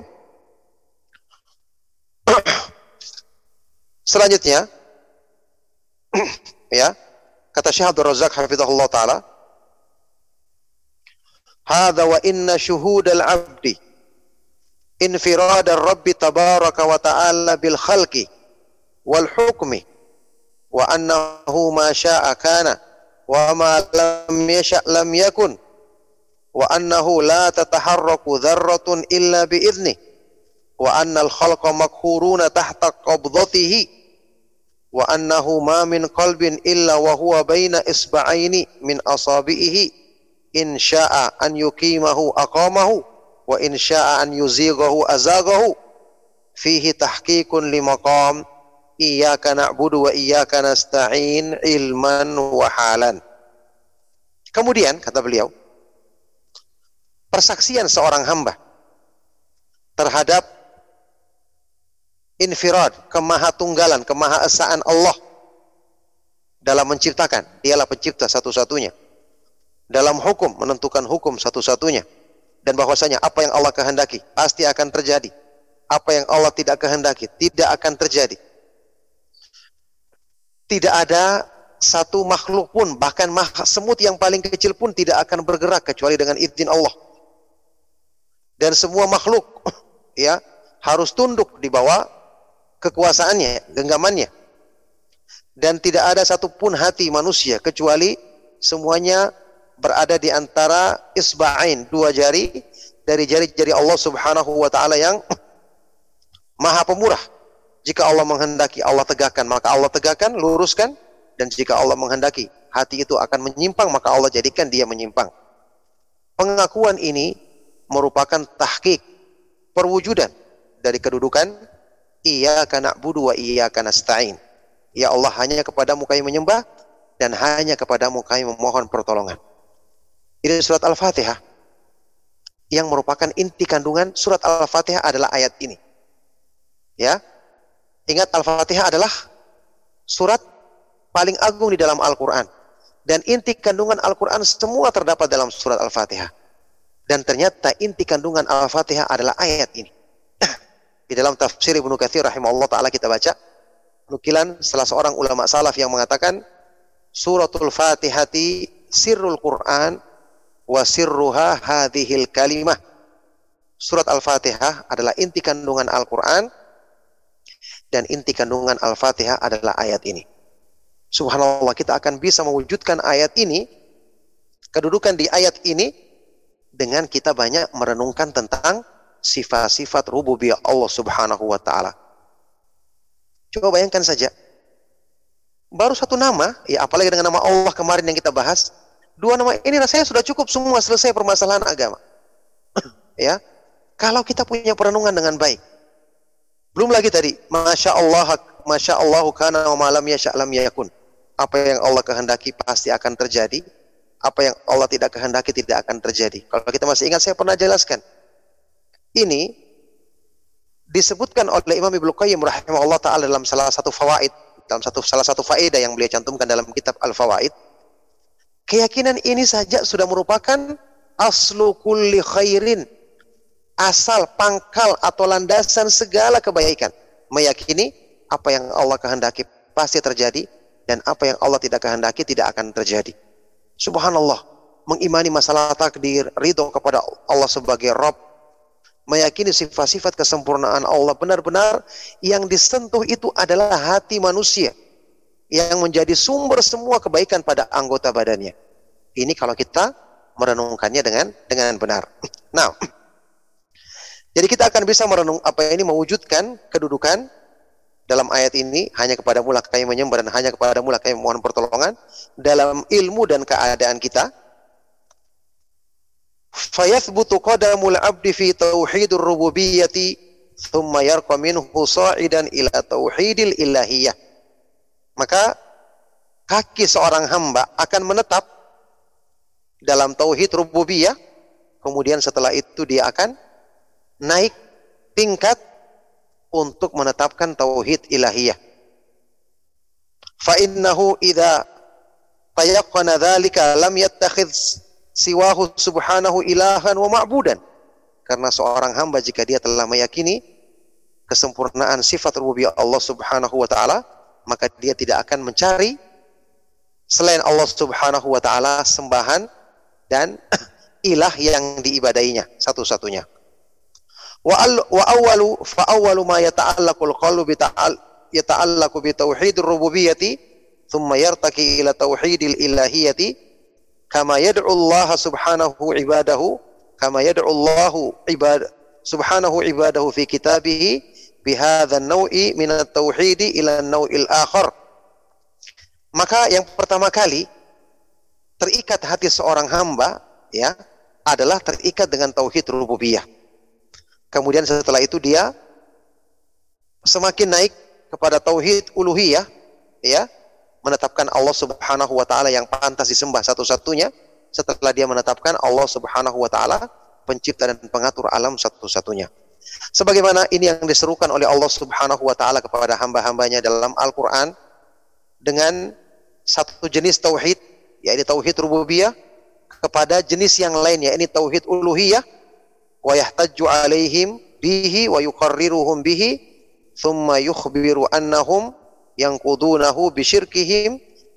Selanjutnya, ya, kata Syekh Abdul Razak hafizahullah taala, hadza wa inna syuhudal abdi infirad ar-rabb tabaraka wa ta'ala bil khalqi wal hukmi wa annahu ma syaa kana wa ma lam yasha lam yakun wa annahu la tataharraku dzarratun illa bi idzni wa annal khalqa makhuruna tahta qabdatihi wa annahu ma min qalbin illa wa huwa baina isba'aini min asabihi in syaa an yuqimahu aqamahu wa in syaa an yuzighahu azaghahu fihi tahqiqun li maqam iyyaka na'budu wa iyyaka nasta'in ilman wa halan. Kemudian kata beliau, persaksian seorang hamba terhadap infirad, kemahatunggalan, kemahaesaan Allah dalam menciptakan, dialah pencipta satu-satunya, dalam hukum, menentukan hukum satu-satunya, dan bahwasanya apa yang Allah kehendaki pasti akan terjadi, apa yang Allah tidak kehendaki tidak akan terjadi. Tidak ada satu makhluk pun, bahkan semut yang paling kecil pun tidak akan bergerak kecuali dengan izin Allah. Dan semua makhluk ya harus tunduk di bawah kekuasaannya, genggamannya. Dan tidak ada satupun hati manusia kecuali semuanya berada di antara isba'ain, dua jari dari jari-jari Allah Subhanahu wa taala yang Maha Pemurah. Jika Allah menghendaki Allah tegakkan, maka Allah tegakkan, luruskan. Dan jika Allah menghendaki hati itu akan menyimpang, maka Allah jadikan dia menyimpang. Pengakuan ini merupakan tahqiq, perwujudan dari kedudukan iyyaka na'budu wa iyyaka nasta'in. Ya Allah, hanya kepadamu kami menyembah dan hanya kepadamu kami memohon pertolongan. Ini surat Al-Fatihah. Yang merupakan inti kandungan surat Al-Fatihah adalah ayat ini. Ya. Ingat, Al-Fatihah adalah surat paling agung di dalam Al-Quran. Dan inti kandungan Al-Quran semua terdapat dalam surat Al-Fatihah. Dan ternyata inti kandungan Al-Fatihah adalah ayat ini. Di dalam tafsir Ibnu Katsir rahimahullah ta'ala kita baca nukilan salah seorang ulama salaf yang mengatakan, suratul Fatihati sirrul Quran wa sirruha hadhil kalimah. Surat Al-Fatihah adalah inti kandungan Al-Quran dan inti kandungan Al-Fatihah adalah ayat ini. Subhanallah, kita akan bisa mewujudkan ayat ini, kedudukan di ayat ini, dengan kita banyak merenungkan tentang sifat-sifat rububiyah Allah Subhanahu wa ta'ala. Coba bayangkan saja, baru satu nama, ya apalagi dengan nama Allah kemarin yang kita bahas, dua nama ini rasanya sudah cukup semua selesai permasalahan agama. Ya, kalau kita punya perenungan dengan baik. Belum lagi tadi, Masya Allahu kana wa ma lam yasha' lam yakun. Apa yang Allah kehendaki pasti akan terjadi. Apa yang Allah tidak kehendaki tidak akan terjadi. Kalau kita masih ingat, saya pernah jelaskan. Ini disebutkan oleh Imam Ibnu Qayyim rahimahullah ta'ala dalam salah satu fawaid, dalam salah satu faedah yang beliau cantumkan dalam kitab Al-Fawaid. Keyakinan ini saja sudah merupakan aslu kulli khairin, asal, pangkal atau landasan segala kebaikan. Meyakini apa yang Allah kehendaki pasti terjadi dan apa yang Allah tidak kehendaki tidak akan terjadi. Subhanallah, mengimani masalah takdir, ridho kepada Allah sebagai Rabb, meyakini sifat-sifat kesempurnaan Allah benar-benar yang disentuh itu adalah hati manusia yang menjadi sumber semua kebaikan pada anggota badannya. Ini kalau kita merenungkannya dengan benar. Nah, jadi kita akan bisa mewujudkan kedudukan dalam ayat ini, hanya kepadamu lah kami menyembah dan hanya kepadamu lah kami mohon pertolongan dalam ilmu dan keadaan kita. Fayathbutu qadamul abdi fi tauhidur rububiyyati thumma yarqa minhu sa'idan ila tauhidil ilahiyah. Maka kaki seorang hamba akan menetap dalam tauhid rububiyah, kemudian setelah itu dia akan naik tingkat untuk menetapkan tauhid ilahiyah. Fa innahu idza tayaqqana dzalika lam yattakhidh siwahu subhanahu ilahan wa ma'budan. Karena seorang hamba jika dia telah meyakini kesempurnaan sifat rububiyah Allah Subhanahu wa taala, maka dia tidak akan mencari selain Allah Subhanahu wa taala sembahan dan ilah yang diibadahinya satu-satunya. Wa awwalu ma yata'allaqul qalbu yata'allaqu bi tauhidir rububiyyati thumma yartaqi ila tauhidil ilahiyyati kama yad'u Allah subhanahu ibadahu kama yad'u Allah subhanahu ibadahu fi kitabih bi hadzal naw'i min at-tauhid ila an-naw'il akhar. Maka yang pertama kali terikat hati seorang hamba ya adalah terikat dengan tauhid rububiyah. Kemudian setelah itu dia semakin naik kepada tauhid uluhiyah, ya, menetapkan Allah Subhanahu wa taala yang pantas disembah satu-satunya. Setelah dia menetapkan Allah Subhanahu wa taala pencipta dan pengatur alam satu-satunya. Sebagaimana ini yang diserukan oleh Allah Subhanahu wa taala kepada hamba-hambanya dalam Al-Qur'an dengan satu jenis tauhid, yaitu tauhid rububiyah, kepada jenis yang lain, yaitu tauhid uluhiyah. Wa yahtajju alaihim bihi wa yuqarriruhum bihi thumma yukhbiru annahum yanqudunahu bi syirkihim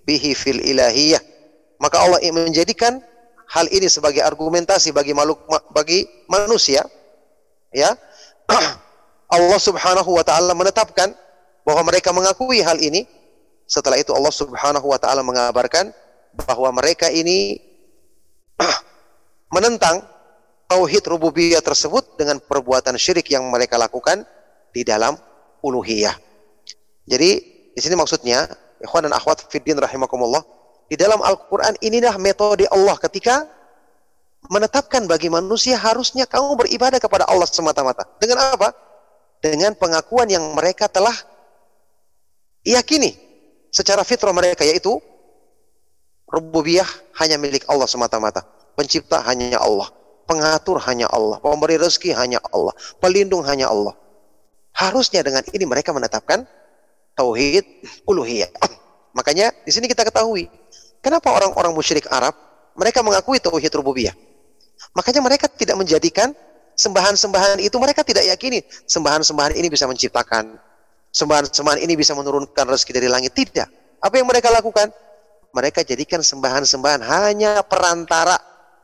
bihi fil ilahiyah. Maka Allah menjadikan hal ini sebagai argumentasi bagi manusia, ya. Allah Subhanahu wa taala menetapkan bahwa mereka mengakui hal ini. Setelah itu Allah Subhanahu wa taala mengabarkan bahwa mereka ini menentang tauhid rububiyah tersebut dengan perbuatan syirik yang mereka lakukan di dalam uluhiyah. Jadi di sini maksudnya, ikhwan dan akhwat fiddin rahimakumullah, di dalam Al-Qur'an inilah metode Allah ketika menetapkan bagi manusia harusnya kamu beribadah kepada Allah semata-mata. Dengan apa? Dengan pengakuan yang mereka telah yakini secara fitrah mereka, yaitu rububiyah hanya milik Allah semata-mata. Pencipta hanya Allah, pengatur hanya Allah, pemberi rezeki hanya Allah, pelindung hanya Allah. Harusnya dengan ini mereka menetapkan tauhid uluhiyah. Makanya di sini kita ketahui kenapa orang-orang musyrik Arab mereka mengakui tauhid rububiyah. Makanya mereka tidak menjadikan sembahan-sembahan itu, mereka tidak yakini sembahan-sembahan ini bisa menciptakan, sembahan-sembahan ini bisa menurunkan rezeki dari langit. Tidak. Apa yang mereka lakukan? Mereka jadikan sembahan-sembahan hanya perantara.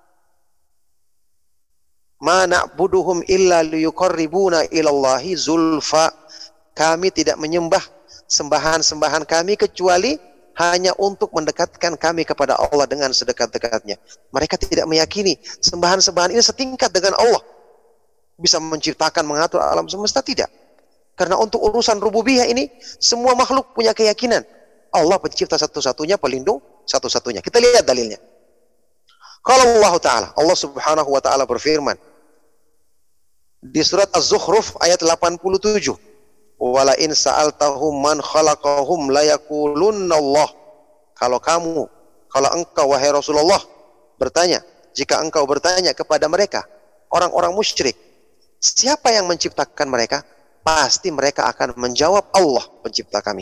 Ma na'buduhum illa liyuqarribuna ilallahi zulfa. Kami tidak menyembah sembahan-sembahan kami kecuali hanya untuk mendekatkan kami kepada Allah dengan sedekat-dekatnya. Mereka tidak meyakini sembahan-sembahan ini setingkat dengan Allah, bisa menciptakan, mengatur alam semesta. Tidak. Karena untuk urusan rububiyah ini semua makhluk punya keyakinan Allah pencipta satu-satunya, pelindung satu-satunya. Kita lihat dalilnya. Kalau Allah Ta'ala, Allah Subhanahu wa Ta'ala berfirman di surat Az-Zukhruf ayat 87, wala in sa'altahum man khalaqahum layakulunna Allah. Kalau engkau wahai Rasulullah bertanya, jika engkau bertanya kepada mereka, orang-orang musyrik, siapa yang menciptakan mereka? Pasti mereka akan menjawab, Allah pencipta kami.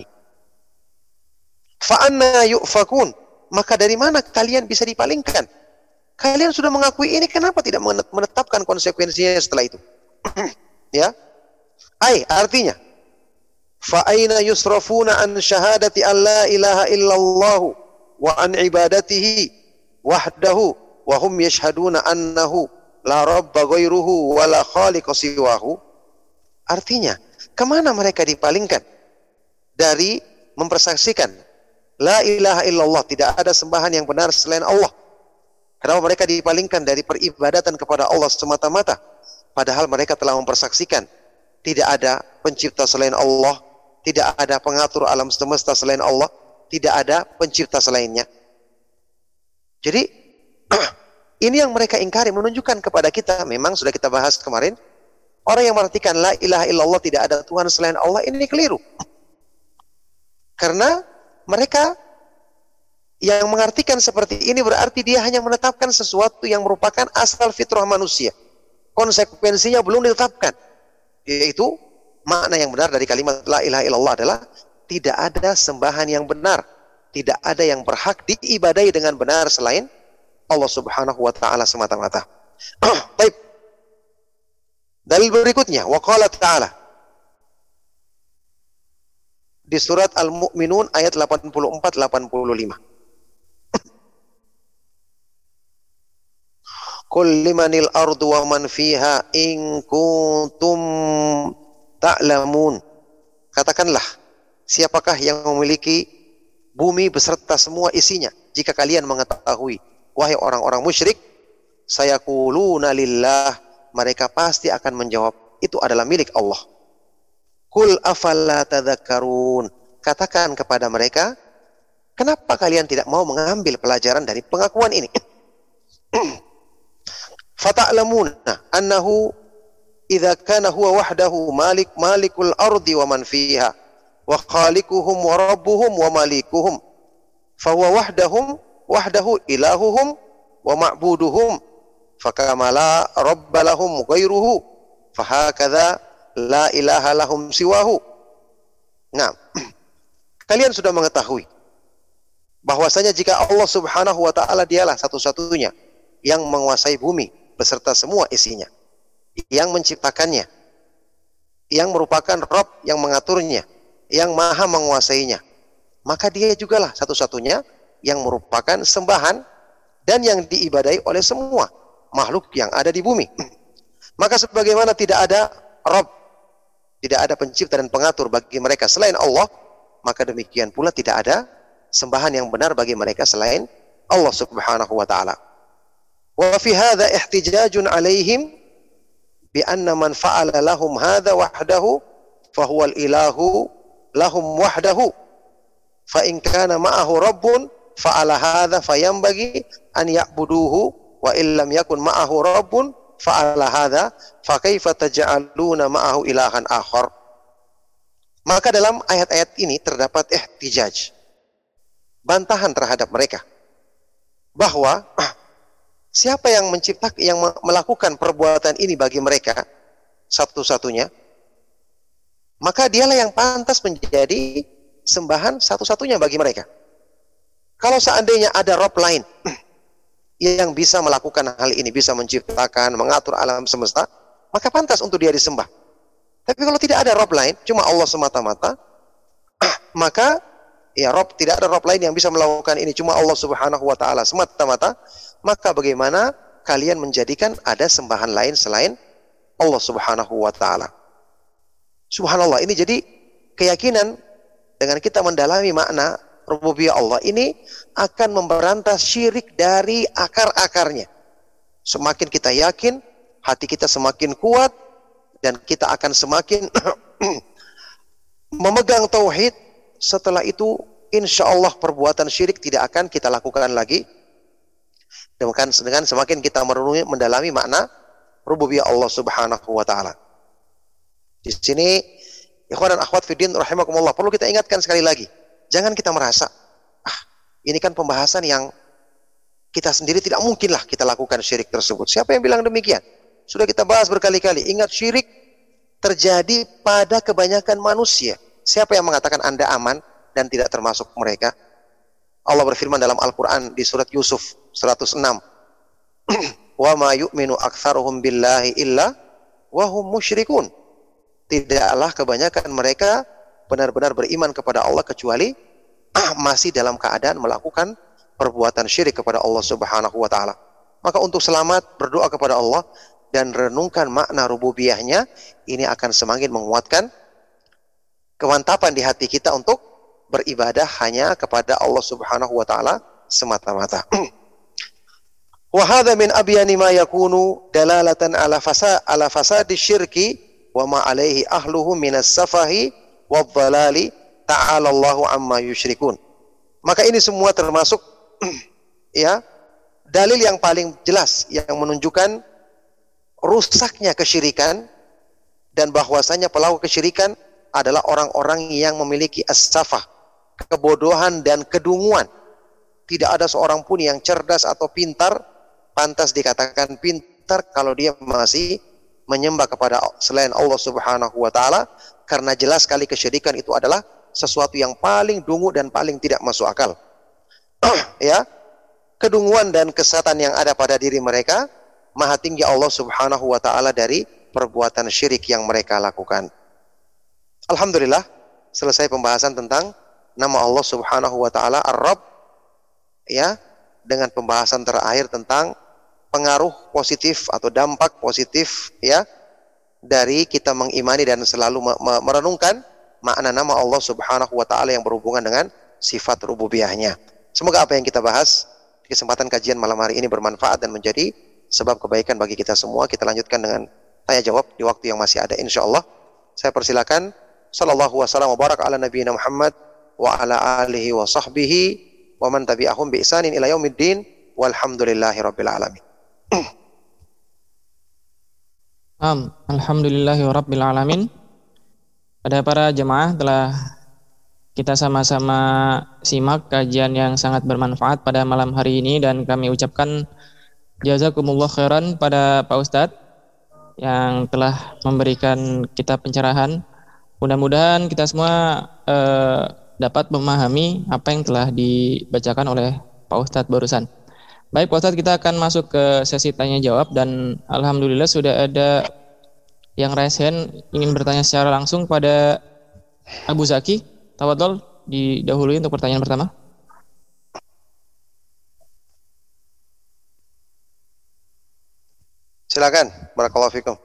Fa anna yu'fakun. Maka dari mana kalian bisa dipalingkan? Kalian sudah mengakui ini, kenapa tidak menetapkan konsekuensinya setelah itu? Ya. Artinya fa aina yusrafuna an syahadati an la ilaha illallah wa an ibadatihi wahdahu wa hum yashhaduna annahu la rabba ghairuhu wa la khaliqa siwahu. Artinya, kemana mereka dipalingkan dari mempersaksikan la ilaha illallah, tidak ada sembahan yang benar selain Allah? Kenapa mereka dipalingkan dari peribadatan kepada Allah semata-mata? Padahal mereka telah mempersaksikan tidak ada pencipta selain Allah, tidak ada pengatur alam semesta selain Allah, tidak ada pencipta selainnya. Jadi ini yang mereka ingkari, menunjukkan kepada kita, memang sudah kita bahas kemarin, orang yang mengartikan la ilaha illallah, tidak ada Tuhan selain Allah, ini keliru. Karena mereka yang mengartikan seperti ini berarti dia hanya menetapkan sesuatu yang merupakan asal fitrah manusia. Konsekuensinya belum ditetapkan, yaitu makna yang benar dari kalimat la ilaha illallah adalah tidak ada sembahan yang benar, tidak ada yang berhak diibadahi dengan benar selain Allah Subhanahu wa Ta'ala semata-mata. Baik. Dalil berikutnya, wa qala ta'ala di surat Al-Mu'minun ayat 84-85. Qul limanil ardu wa man fiha in kuntum ta'lamun. Katakanlah, siapakah yang memiliki bumi beserta semua isinya, jika kalian mengetahui. Wahai orang-orang musyrik, sayaquluna lillah, mereka pasti akan menjawab itu adalah milik Allah. Qul afala tadhakkarun. Katakan kepada mereka, kenapa kalian tidak mau mengambil pelajaran dari pengakuan ini? Fata'lamuna annahu idza kana huwa wahdahu malikul ardi wa man fiha wa khaliquhum wa rabbuhum wa malikuhum fa huwa wahdahu ilahuhum wa ma'buduhum fakama la rabba lahum ghairuhu fahakadha la ilaha lahum siwahu. Nah, kalian sudah mengetahui bahwasanya jika Allah Subhanahu wa Ta'ala dialah satu-satunya yang menguasai bumi beserta semua isinya, yang menciptakannya, yang merupakan Rabb yang mengaturnya, yang maha menguasainya, maka dia jugalah satu-satunya yang merupakan sembahan dan yang diibadahi oleh semua makhluk yang ada di bumi. Maka sebagaimana tidak ada Rabb, tidak ada pencipta dan pengatur bagi mereka selain Allah, maka demikian pula tidak ada sembahan yang benar bagi mereka selain Allah Subhanahu wa taala. Wa fi hadza ihtijajun alaihim bi anna man fa'ala lahum hadza wahdahu fa huwa al-ilahu lahum wahdahu. Fa in kana ma'ahu rabbun fa'ala hadza fayanbaghi an ya'buduhu wa illam yakun ma'ahu rabbun fa'ala hadza fa kaifa taj'aluna ma'ahu ilahan akhar. Maka dalam ayat-ayat ini terdapat ihtijaj, bantahan terhadap mereka bahwa siapa yang menciptakan, yang melakukan perbuatan ini bagi mereka satu-satunya, maka dialah yang pantas menjadi sembahan satu-satunya bagi mereka. Kalau seandainya ada Rabb lain yang bisa melakukan hal ini, bisa menciptakan, mengatur alam semesta, maka pantas untuk dia disembah. Tapi kalau tidak ada Rabb lain, cuma Allah semata-mata, maka ya Rabb, tidak ada Rabb lain yang bisa melakukan ini, cuma Allah Subhanahu wa taala semata-mata, maka bagaimana kalian menjadikan ada sembahan lain selain Allah Subhanahu wa taala? Subhanallah, ini jadi keyakinan dengan kita mendalami makna rububiyah Allah ini akan memberantas syirik dari akar-akarnya. Semakin kita yakin, hati kita semakin kuat, dan kita akan semakin memegang tauhid. Setelah itu insya Allah perbuatan syirik tidak akan kita lakukan lagi. Dengan semakin kita merenungi, mendalami makna rububiyah Allah Subhanahu wa taala. Di sini ikhwan dan akhwat fiddin rahimakumullah, perlu kita ingatkan sekali lagi, jangan kita merasa ini kan pembahasan yang kita sendiri tidak mungkinlah kita lakukan syirik tersebut. Siapa yang bilang demikian? Sudah kita bahas berkali-kali. Ingat, syirik terjadi pada kebanyakan manusia. Siapa yang mengatakan Anda aman dan tidak termasuk mereka? Allah berfirman dalam Al-Quran di surat Yusuf 106. Wa ma yu'minu aktsaruhum billahi illa wa hum musyrikun. Tidaklah kebanyakan mereka benar-benar beriman kepada Allah kecuali masih dalam keadaan melakukan perbuatan syirik kepada Allah Subhanahu wa taala. Maka untuk selamat, berdoa kepada Allah dan renungkan makna rububiyahnya, ini akan semakin menguatkan kemantapan di hati kita untuk beribadah hanya kepada Allah Subhanahu wa taala semata-mata. Wa hadza min abyani ma yakunu dalalatan ala fasadi syirki wa ma alaihi ahluhu minas safahi wadh-dhalali ta'ala Allahu amma yusyrikun. Maka ini semua termasuk ya dalil yang paling jelas yang menunjukkan rusaknya kesyirikan dan bahwasanya pelaku kesyirikan adalah orang-orang yang memiliki as-safah, kebodohan dan kedunguan. Tidak ada seorang pun yang cerdas atau pintar, pantas dikatakan pintar kalau dia masih menyembah kepada selain Allah Subhanahu wa taala, karena jelas sekali kesyirikan itu adalah sesuatu yang paling dungu dan paling tidak masuk akal. Ya, kedunguan dan kesesatan yang ada pada diri mereka maha tinggi Allah Subhanahu wa taala dari perbuatan syirik yang mereka lakukan. Alhamdulillah, selesai pembahasan tentang nama Allah Subhanahu wa taala Ar-Rabb, ya, dengan pembahasan terakhir tentang pengaruh positif atau dampak positif ya dari kita mengimani dan selalu merenungkan makna nama Allah Subhanahu wa taala yang berhubungan dengan sifat rububiyahnya. Semoga apa yang kita bahas di kesempatan kajian malam hari ini bermanfaat dan menjadi sebab kebaikan bagi kita semua. Kita lanjutkan dengan tanya jawab di waktu yang masih ada insyaallah. Saya persilakan. Sallallahu wasallam wa baraka ala nabiyina Muhammad wa ala alihi wa sahbihi wa man tabi'ahum bi ihsanin ila yaumiddin walhamdulillahi rabbil alamin. Alhamdulillahi rabbil alamin. Pada para jemaah, telah kita sama-sama simak kajian yang sangat bermanfaat pada malam hari ini, dan kami ucapkan jazakumullah khairan pada Pak Ustadz yang telah memberikan kita pencerahan. Mudah-mudahan kita semua dapat memahami apa yang telah dibacakan oleh Pak Ustadz barusan. Baik Pak Ustadz, kita akan masuk ke sesi tanya jawab, dan alhamdulillah sudah ada yang raise hand ingin bertanya secara langsung pada Abu Zaki. Tafadhol didahului untuk pertanyaan pertama. Silakan, barakallahu fikum.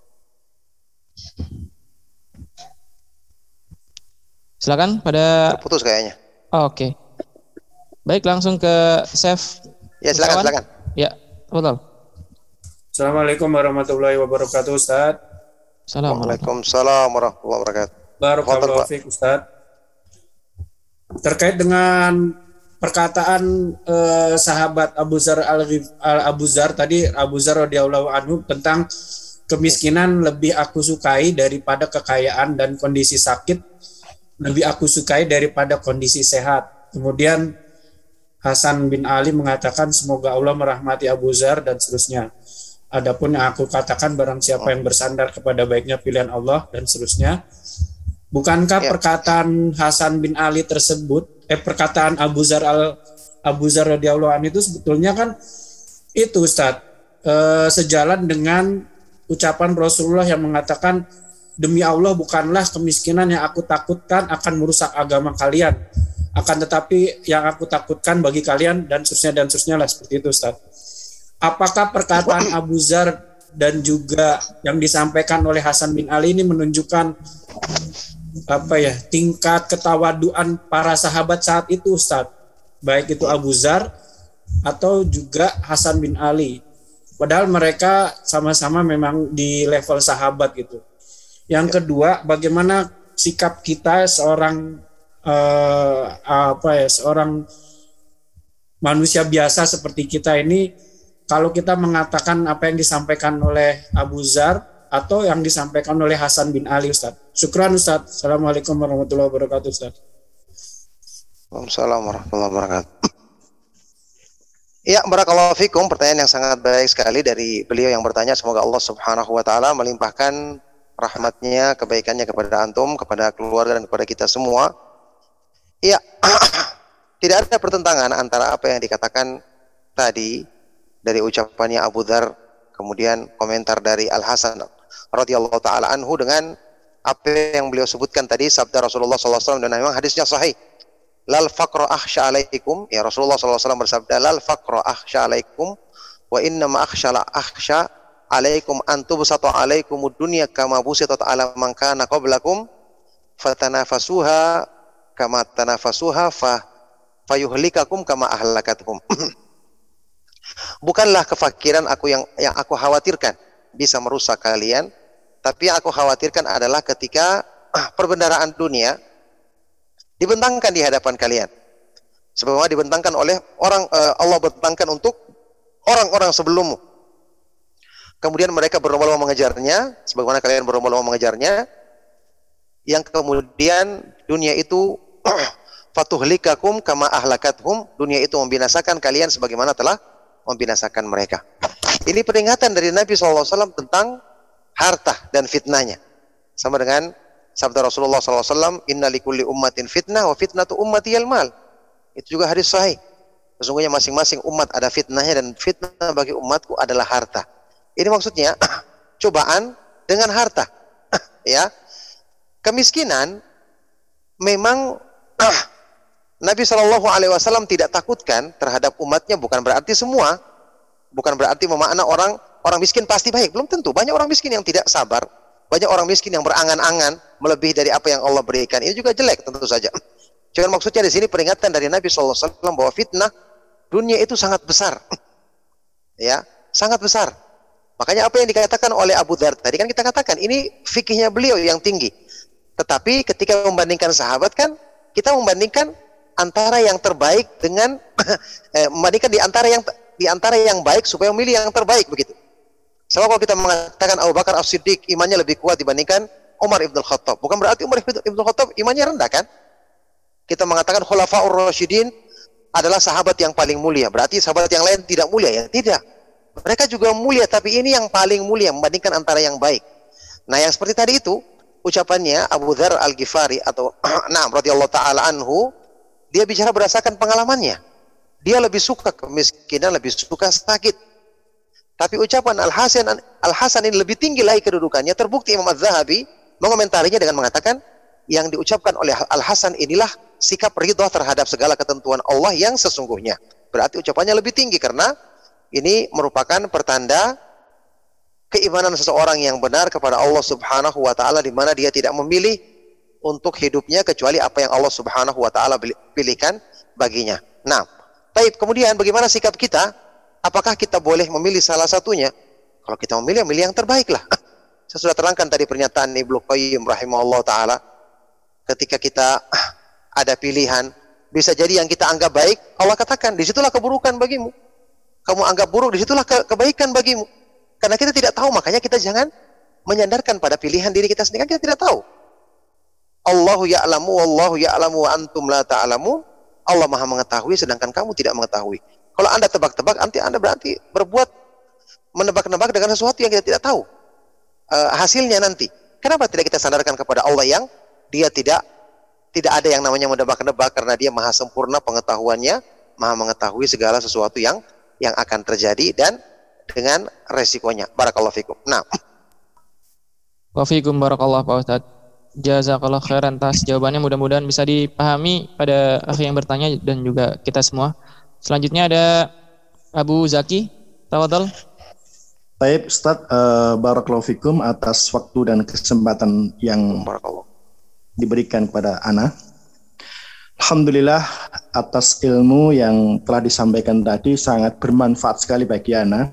Silakan pada Putus kayaknya. Oke. Baik, langsung ke Chef. Ya, silakan, silakan. Ya, betul. Assalamualaikum warahmatullahi wabarakatuh, Ustaz. Waalaikumsalam warahmatullahi wabarakatuh. Barakallahu fiik, Ustaz. Terkait dengan perkataan sahabat Abu Zar tadi, Abu Zar radhiyallahu anhu tentang kemiskinan lebih aku sukai daripada kekayaan dan kondisi sakit lebih aku sukai daripada kondisi sehat. Kemudian Hasan bin Ali mengatakan semoga Allah merahmati Abu Zar dan seterusnya. Adapun yang aku katakan barang siapa yang bersandar kepada baiknya pilihan Allah dan seterusnya. Bukankah perkataan Hasan bin Ali tersebut, perkataan Abu Zar radhiyallahu anhu itu sebetulnya kan itu Ustaz, sejalan dengan ucapan Rasulullah yang mengatakan demi Allah bukanlah kemiskinan yang aku takutkan akan merusak agama kalian, akan tetapi yang aku takutkan bagi kalian dan seterusnya lah, seperti itu Ustaz. Apakah perkataan Abu Zar dan juga yang disampaikan oleh Hasan bin Ali ini menunjukkan tingkat ketawaduan para sahabat saat itu Ustaz, baik itu Abu Zar atau juga Hasan bin Ali, padahal mereka sama-sama memang di level sahabat gitu. Yang kedua, bagaimana sikap kita seorang seorang manusia biasa seperti kita ini kalau kita mengatakan apa yang disampaikan oleh Abu Zar atau yang disampaikan oleh Hasan bin Ali, Ustaz. Syukran Ustaz. Assalamualaikum warahmatullahi wabarakatuh, Ustaz. Waalaikumsalam warahmatullahi wabarakatuh. Ya, barakallahu fikum, pertanyaan yang sangat baik sekali dari beliau yang bertanya. Semoga Allah Subhanahu wa taala melimpahkan rahmatnya, kebaikannya kepada antum, kepada keluarga dan kepada kita semua. Ya, tidak ada pertentangan antara apa yang dikatakan tadi dari ucapannya Abu Dzar, kemudian komentar dari Al Hasan radhiyallahu taala anhu dengan apa yang beliau sebutkan tadi sabda Rasulullah SAW, dan memang hadisnya sahih. Lal faqra akhsha alaikum, ya Rasulullah SAW bersabda, lal faqra akhsha alaikum wa inna ma akhsha alaikum antubsata alaikumud dunya kama busitat ala man kana qablakum fatanafasuha kama tanafasuha fayuhlikakum kama ahlakatuhum. Bukanlah kefakiran aku yang aku khawatirkan bisa merusak kalian, tapi yang aku khawatirkan adalah ketika perbendaharaan dunia dibentangkan di hadapan kalian, sebagaimana dibentangkan oleh Allah bentangkan untuk orang-orang sebelummu. Kemudian mereka berlomba-lomba mengejarnya, sebagaimana kalian berlomba-lomba mengejarnya. Yang kemudian dunia itu fatuhlikakum kama ahlakathum, dunia itu membinasakan kalian sebagaimana telah membinasakan mereka. Ini peringatan dari Nabi SAW tentang harta dan fitnahnya. Sama dengan sabda Rasulullah SAW, inna likulli ummatin fitnah wa fitnatu ummati al-mal. Itu juga hadis sahih. Sesungguhnya masing-masing umat ada fitnahnya, dan fitnah bagi umatku adalah harta. Ini maksudnya cobaan dengan harta. Ya, kemiskinan memang Nabi SAW tidak takutkan terhadap umatnya, bukan berarti semua, bukan berarti memakna orang miskin pasti baik, belum tentu. Banyak orang miskin yang tidak sabar, banyak orang miskin yang berangan-angan melebihi dari apa yang Allah berikan. Ini juga jelek tentu saja. Cuman maksudnya di sini peringatan dari Nabi SAW bahwa fitnah dunia itu sangat besar, ya, sangat besar. Makanya apa yang dikatakan oleh Abu Dzar tadi kan kita katakan ini fikihnya beliau yang tinggi. Tetapi ketika membandingkan sahabat kan kita membandingkan antara yang terbaik dengan membandingkan di antara yang baik supaya memilih yang terbaik, begitu. Sama kalau kita mengatakan Abu Bakar As-Siddiq imannya lebih kuat dibandingkan Umar Ibn Khattab, bukan berarti Umar Ibn Khattab imannya rendah kan? Kita mengatakan Khulafaur Rasyidin adalah sahabat yang paling mulia, berarti sahabat yang lain tidak mulia, ya? Tidak. Mereka juga mulia, tapi ini yang paling mulia membandingkan antara yang baik. Nah, yang seperti tadi itu ucapannya Abu Dzar Al-Ghifari atau radhiyallahu taala anhu, dia bicara berdasarkan pengalamannya. Dia lebih suka kemiskinan, lebih suka sakit. Tapi ucapan Al-Hasan ini lebih tinggi lagi kedudukannya. Terbukti Imam Az-Zahabi mengomentarinya dengan mengatakan yang diucapkan oleh Al-Hasan inilah sikap ridha terhadap segala ketentuan Allah yang sesungguhnya. Berarti ucapannya lebih tinggi karena ini merupakan pertanda keimanan seseorang yang benar kepada Allah Subhanahu wa taala, di mana dia tidak memilih untuk hidupnya kecuali apa yang Allah Subhanahu wa taala pilihkan baginya. Nah, baik, kemudian bagaimana sikap kita? Apakah kita boleh memilih salah satunya? Kalau kita memilih yang terbaik lah. Saya sudah terangkan tadi pernyataan Ibnu Qayyim rahimahullah taala. Ketika kita ada pilihan, bisa jadi yang kita anggap baik, Allah katakan, disitulah keburukan bagimu. Kamu anggap buruk, disitulah kebaikan bagimu. Karena kita tidak tahu, makanya kita jangan menyandarkan pada pilihan diri kita sendiri. Kan kita tidak tahu. Allahu ya'lamu wallahu ya'lamu wa antum la ta'lamun. Allah Maha mengetahui sedangkan kamu tidak mengetahui. Kalau Anda tebak-tebak, nanti Anda berarti berbuat menebak-nebak dengan sesuatu yang kita tidak tahu hasilnya nanti. Kenapa tidak kita sandarkan kepada Allah yang dia tidak ada yang namanya menebak-nebak, karena dia maha sempurna pengetahuannya, maha mengetahui segala sesuatu yang akan terjadi dan dengan resikonya. Barakallahu fikum. Nah, Wa fiikum barakallah Pak Ustadz. Jazakallah khairan atas jawabannya, mudah-mudahan bisa dipahami pada akhi yang bertanya dan juga kita semua. Selanjutnya ada Abu Zaki, tafadhal. Baik Ustaz, barakallahu fikum atas waktu dan kesempatan yang diberikan kepada ana. Alhamdulillah atas ilmu yang telah disampaikan tadi sangat bermanfaat sekali bagi ana.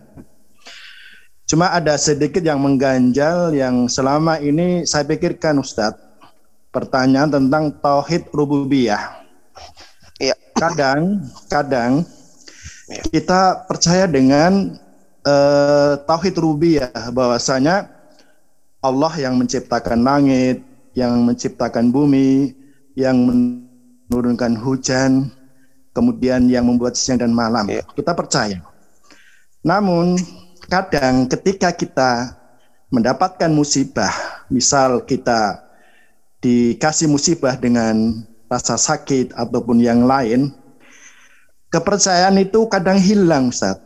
Cuma ada sedikit yang mengganjal yang selama ini saya pikirkan Ustaz. Pertanyaan tentang tauhid rububiyah. Iya. Kadang kita percaya dengan tauhid rububiyah, bahwasanya Allah yang menciptakan langit, yang menciptakan bumi, yang menurunkan hujan, kemudian yang membuat siang dan malam. Kita percaya. Namun kadang ketika kita mendapatkan musibah, misal kita dikasih musibah dengan rasa sakit ataupun yang lain, kepercayaan itu kadang hilang Ustaz.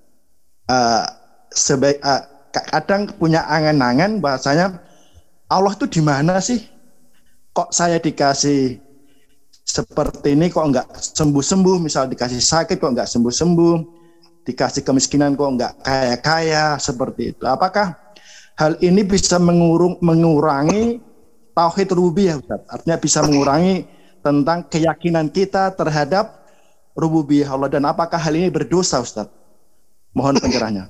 Kadang punya angan-angan bahasanya Allah itu di mana sih? Kok saya dikasih seperti ini kok enggak sembuh-sembuh, misal dikasih sakit kok enggak sembuh-sembuh, dikasih kemiskinan kok enggak kaya-kaya, seperti itu. Apakah hal ini bisa mengurangi tauhid rububiyah Ustaz? Artinya bisa mengurangi tentang keyakinan kita terhadap rububiyah Allah, dan apakah hal ini berdosa Ustaz? Mohon pencerahannya.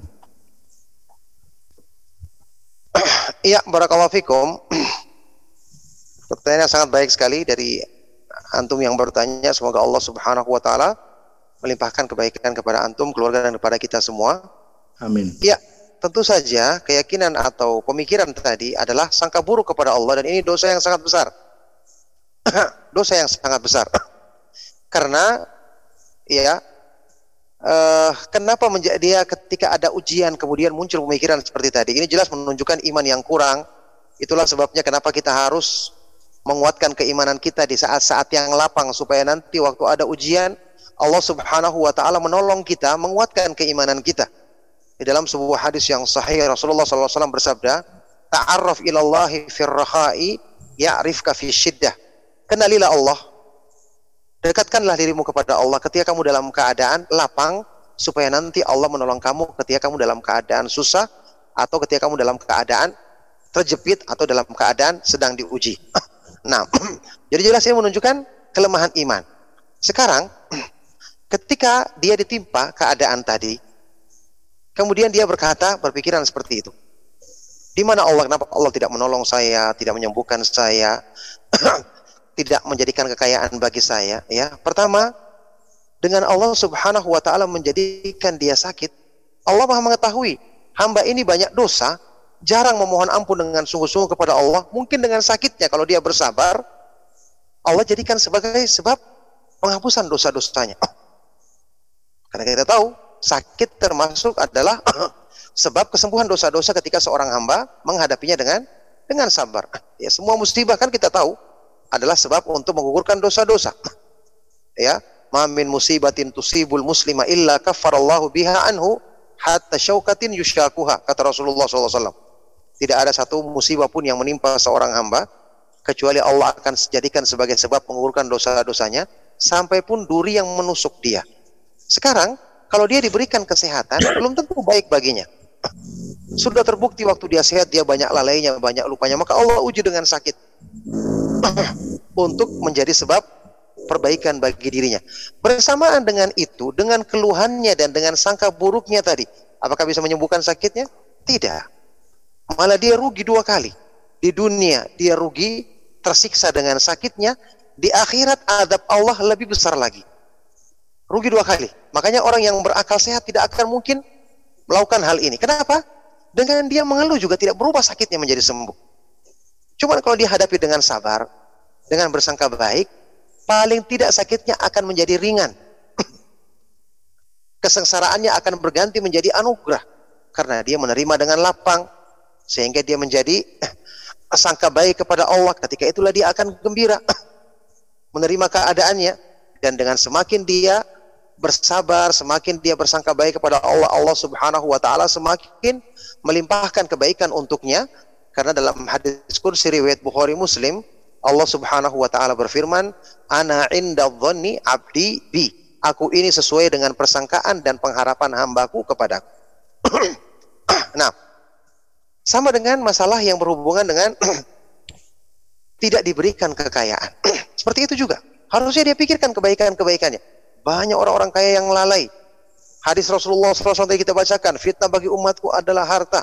Iya, barakallahu fikum. Pertanyaan yang sangat baik sekali dari antum yang bertanya. Semoga Allah Subhanahu wa taala melimpahkan kebaikan kepada antum, keluarga, dan kepada kita semua. Amin. Ya, tentu saja keyakinan atau pemikiran tadi adalah sangka buruk kepada Allah, dan ini dosa yang sangat besar. Dosa yang sangat besar. Karena ya, kenapa dia ketika ada ujian kemudian muncul pemikiran seperti tadi? Ini jelas menunjukkan iman yang kurang. Itulah sebabnya kenapa kita harus menguatkan keimanan kita di saat-saat yang lapang, supaya nanti waktu ada ujian Allah Subhanahu wa taala menolong kita, menguatkan keimanan kita. Di dalam sebuah hadis yang sahih Rasulullah SAW bersabda, "Ta'arraf ilallahi fir raha'i ya'rifka fi syiddah." Kenalilah Allah, dekatkanlah dirimu kepada Allah ketika kamu dalam keadaan lapang, supaya nanti Allah menolong kamu ketika kamu dalam keadaan susah, atau ketika kamu dalam keadaan terjepit, atau dalam keadaan sedang diuji. Nah, jadi jelas ini menunjukkan kelemahan iman. Sekarang, ketika dia ditimpa keadaan tadi, kemudian dia berpikiran seperti itu. Di mana Allah? Kenapa Allah tidak menolong saya, tidak menyembuhkan saya, tidak menjadikan kekayaan bagi saya? Ya, pertama, dengan Allah Subhanahu wa taala menjadikan dia sakit, Allah Maha mengetahui hamba ini banyak dosa, jarang memohon ampun dengan sungguh-sungguh kepada Allah. Mungkin dengan sakitnya, kalau dia bersabar, Allah jadikan sebagai sebab penghapusan dosa-dosanya. Karena kita tahu sakit termasuk adalah sebab kesembuhan dosa-dosa ketika seorang hamba menghadapinya dengan sabar. Ya, semua musibah kan kita tahu adalah sebab untuk menggugurkan dosa-dosa. Ya, ma min musibatin tusibul muslima illa kaffarallahu biha anhu hatta syaukatin yusyakuha, kata Rasulullah SAW. Tidak ada satu musibah pun yang menimpa seorang hamba kecuali Allah akan jadikan sebagai sebab menggugurkan dosa-dosanya, sampai pun duri yang menusuk dia. Sekarang, kalau dia diberikan kesehatan, belum tentu baik baginya. Sudah terbukti waktu dia sehat, dia banyak lalainya, banyak lupanya, maka Allah uji dengan sakit untuk menjadi sebab perbaikan bagi dirinya. Bersamaan dengan itu, dengan keluhannya dan dengan sangka buruknya tadi, apakah bisa menyembuhkan sakitnya? Tidak. Malah dia rugi 2 kali. Di dunia dia rugi, tersiksa dengan sakitnya. Di akhirat azab Allah lebih besar lagi. Rugi 2 kali. Makanya orang yang berakal sehat tidak akan mungkin melakukan hal ini. Kenapa? Dengan dia mengeluh juga tidak berubah sakitnya menjadi sembuh. Cuma kalau dia hadapi dengan sabar, dengan bersangka baik, paling tidak sakitnya akan menjadi ringan. Kesengsaraannya akan berganti menjadi anugerah. Karena dia menerima dengan lapang. Sehingga dia menjadi sangka baik kepada Allah. Ketika itulah dia akan gembira. Menerima keadaannya. Dan dengan semakin dia bersabar, semakin dia bersangka baik kepada Allah, Allah subhanahu wa ta'ala semakin melimpahkan kebaikan untuknya. Karena dalam hadis qudsi riwayat Bukhari Muslim, Allah subhanahu wa ta'ala berfirman, ana inda dhanni abdi bi. Aku ini sesuai dengan persangkaan dan pengharapan hambaku kepadaku. Nah, sama dengan masalah yang berhubungan dengan tidak diberikan kekayaan. Seperti itu juga. Harusnya dia pikirkan kebaikan-kebaikannya. Banyak orang-orang kaya yang lalai. Hadis Rasulullah SAW yang kita bacakan, fitnah bagi umatku adalah harta.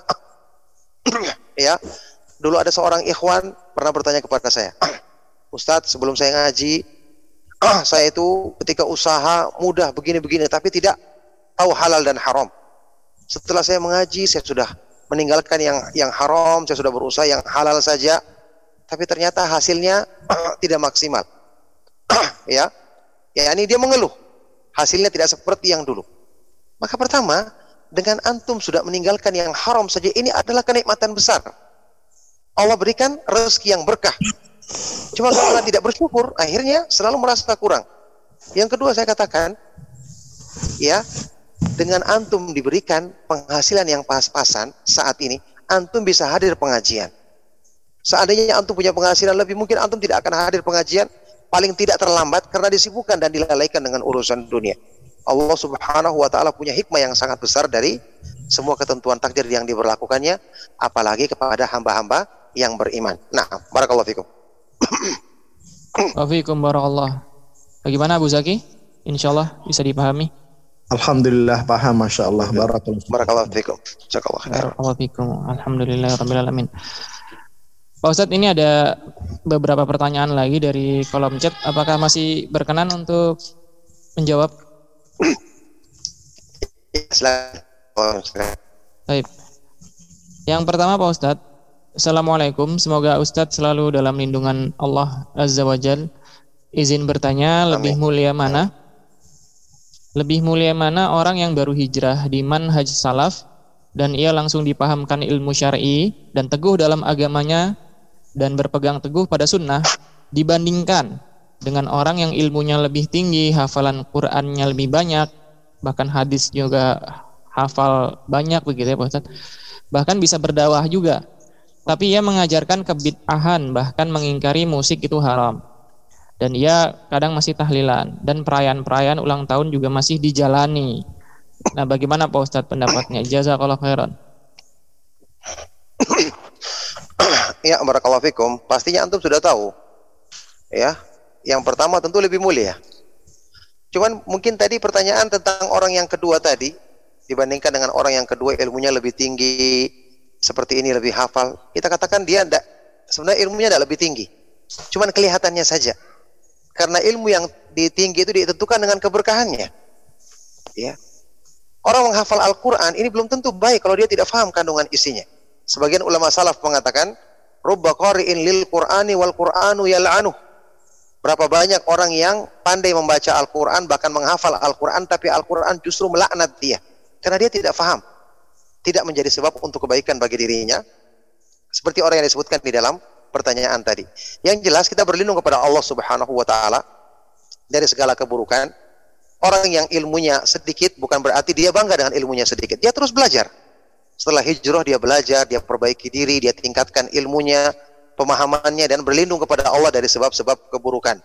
Ya, dulu ada seorang ikhwan pernah bertanya kepada saya, Ustadz, sebelum saya ngaji, saya itu ketika usaha mudah begini-begini, tapi tidak tahu halal dan haram. Setelah saya mengaji, saya sudah meninggalkan yang haram, saya sudah berusaha yang halal saja, tapi ternyata hasilnya tidak maksimal. Ya, ini dia mengeluh, hasilnya tidak seperti yang dulu. Maka pertama, dengan antum sudah meninggalkan yang haram saja, ini adalah kenikmatan besar. Allah berikan rezeki yang berkah. Cuma karena tidak bersyukur, akhirnya selalu merasa kurang. Yang kedua saya katakan, ya, dengan antum diberikan penghasilan yang pas-pasan saat ini, antum bisa hadir pengajian. Seandainya antum punya penghasilan lebih, mungkin antum tidak akan hadir pengajian, paling tidak terlambat karena disibukkan dan dilalaikan dengan urusan dunia. Allah subhanahu wa ta'ala punya hikmah yang sangat besar dari semua ketentuan takdir yang diberlakukannya, apalagi kepada hamba-hamba yang beriman. Nah, barakallahu fikum. Waalaikumsalam barakallah. Bagaimana Abu Zaki? Insyaallah bisa dipahami. Alhamdulillah paham, masya Allah. Barakallahu fikum. Jazakallahu khair. Barakallahu fikum. Alhamdulillahirabbil alamin. Pak Ustadz, ini ada beberapa pertanyaan lagi dari kolom chat. Apakah masih berkenan untuk menjawab? Baik. Yang pertama Pak Ustadz, Assalamualaikum, semoga Ustadz selalu dalam lindungan Allah Azza wa Jal. Izin bertanya, lebih mulia mana? Lebih mulia mana orang yang baru hijrah di manhaj salaf dan ia langsung dipahamkan ilmu syar'i dan teguh dalam agamanya dan berpegang teguh pada sunnah, dibandingkan dengan orang yang ilmunya lebih tinggi, hafalan Qur'annya lebih banyak, bahkan hadis juga hafal banyak begitu ya Pak Ustadz. Bahkan bisa berdakwah juga. Tapi ia mengajarkan kebid'ahan, bahkan mengingkari musik itu haram. Dan ia kadang masih tahlilan dan perayaan-perayaan ulang tahun juga masih dijalani. Nah, bagaimana Pak Ustadz pendapatnya? Jazakallahu khairan. Ya, barakallahu fikum. Pastinya antum sudah tahu. Ya, yang pertama tentu lebih mulia. Cuman mungkin tadi pertanyaan tentang orang yang kedua tadi, dibandingkan dengan orang yang kedua ilmunya lebih tinggi, seperti ini lebih hafal, kita katakan dia sebenarnya ilmunya tidak lebih tinggi, cuman kelihatannya saja. Karena ilmu yang tinggi itu ditentukan dengan keberkahannya. Ya, orang menghafal Al-Quran ini belum tentu baik kalau dia tidak paham kandungan isinya. Sebagian ulama salaf mengatakan, rubba qari'in lil Qur'ani wal Qur'anu yal'anuh. Berapa banyak orang yang pandai membaca Al-Quran, bahkan menghafal Al-Quran, tapi Al-Quran justru melaknat dia karena dia tidak paham, tidak menjadi sebab untuk kebaikan bagi dirinya, seperti orang yang disebutkan di dalam pertanyaan tadi. Yang jelas kita berlindung kepada Allah subhanahu wa ta'ala dari segala keburukan. Orang yang ilmunya sedikit bukan berarti dia bangga dengan ilmunya sedikit, dia terus belajar. Setelah hijrah dia belajar, dia perbaiki diri, dia tingkatkan ilmunya, pemahamannya dan berlindung kepada Allah dari sebab-sebab keburukan.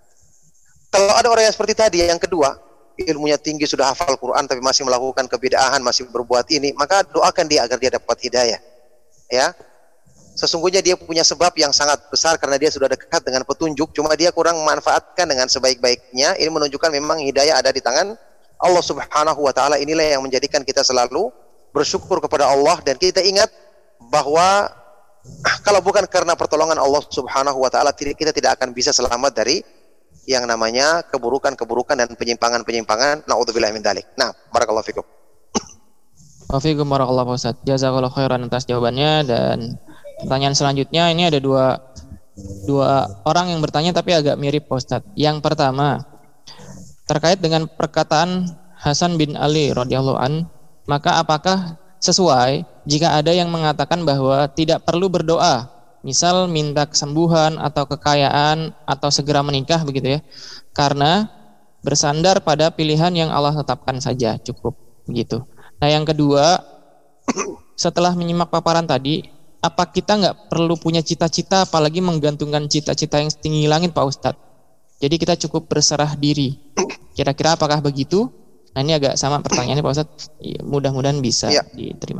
Kalau ada orang yang seperti tadi, yang kedua, ilmunya tinggi, sudah hafal Quran tapi masih melakukan kebid'ahan, masih berbuat ini, maka doakan dia agar dia dapat hidayah. Ya. Sesungguhnya dia punya sebab yang sangat besar karena dia sudah dekat dengan petunjuk, cuma dia kurang memanfaatkan dengan sebaik-baiknya. Ini menunjukkan memang hidayah ada di tangan Allah Subhanahu wa taala. Inilah yang menjadikan kita selalu bersyukur kepada Allah, dan kita ingat bahwa kalau bukan karena pertolongan Allah Subhanahu wa taala, kita tidak akan bisa selamat dari yang namanya keburukan-keburukan dan penyimpangan-penyimpangan. Nauzubillahi min dzalik. Nah, barakallahu fikum. Waalaikumsalam warahmatullahi wabarakatuh. Jazakallahu khairan atas jawabannya. Dan pertanyaan selanjutnya, ini ada dua orang yang bertanya tapi agak mirip Pak Ustadz. Yang pertama, terkait dengan perkataan Hasan bin Ali radhiyallahu an, maka apakah sesuai jika ada yang mengatakan bahwa tidak perlu berdoa, misal minta kesembuhan atau kekayaan atau segera menikah begitu ya, karena bersandar pada pilihan yang Allah tetapkan saja cukup begitu. Nah, yang kedua, setelah menyimak paparan tadi, apa kita nggak perlu punya cita-cita, apalagi menggantungkan cita-cita yang setinggi langit Pak Ustadz? Jadi kita cukup berserah diri. Kira-kira apakah begitu? Nah, ini agak sama pertanyaannya Pak Ustadz. Mudah-mudahan bisa diterima.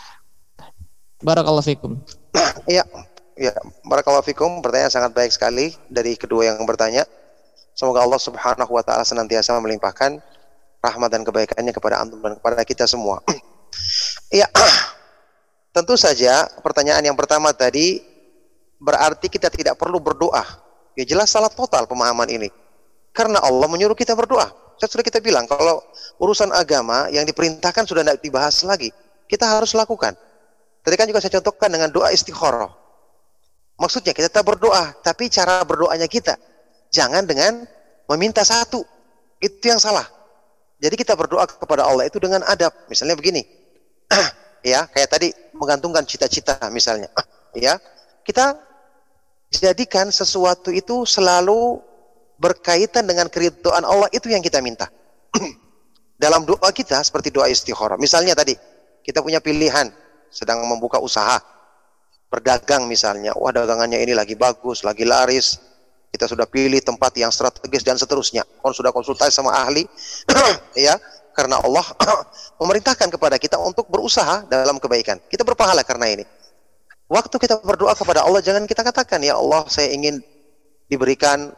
Barakallahu fikum. Iya, barakallahu fikum. Pertanyaan sangat baik sekali dari kedua yang bertanya. Semoga Allah Subhanahu wa taala senantiasa melimpahkan rahmat dan kebaikannya kepada antum dan kepada kita semua. Iya. Tentu saja pertanyaan yang pertama tadi berarti kita tidak perlu berdoa. Ya jelas salah total pemahaman ini. Karena Allah menyuruh kita berdoa. Sudah kita bilang kalau urusan agama yang diperintahkan sudah tidak dibahas lagi. Kita harus lakukan. Tadi kan juga saya contohkan dengan doa istikharah. Maksudnya kita tetap berdoa, tapi cara berdoanya kita jangan dengan meminta satu. Itu yang salah. Jadi kita berdoa kepada Allah itu dengan adab. Misalnya begini. Ya, kayak tadi menggantungkan cita-cita misalnya. Ya, kita jadikan sesuatu itu selalu berkaitan dengan keridhaan Allah, itu yang kita minta. Dalam doa kita seperti doa istikharah. Misalnya tadi kita punya pilihan, sedang membuka usaha, berdagang misalnya. Wah, dagangannya ini lagi bagus, lagi laris. Kita sudah pilih tempat yang strategis dan seterusnya. Sudah konsultasi sama ahli. Ya, karena Allah memerintahkan kepada kita untuk berusaha dalam kebaikan. Kita berpahala karena ini. Waktu kita berdoa kepada Allah, jangan kita katakan, ya Allah, saya ingin diberikan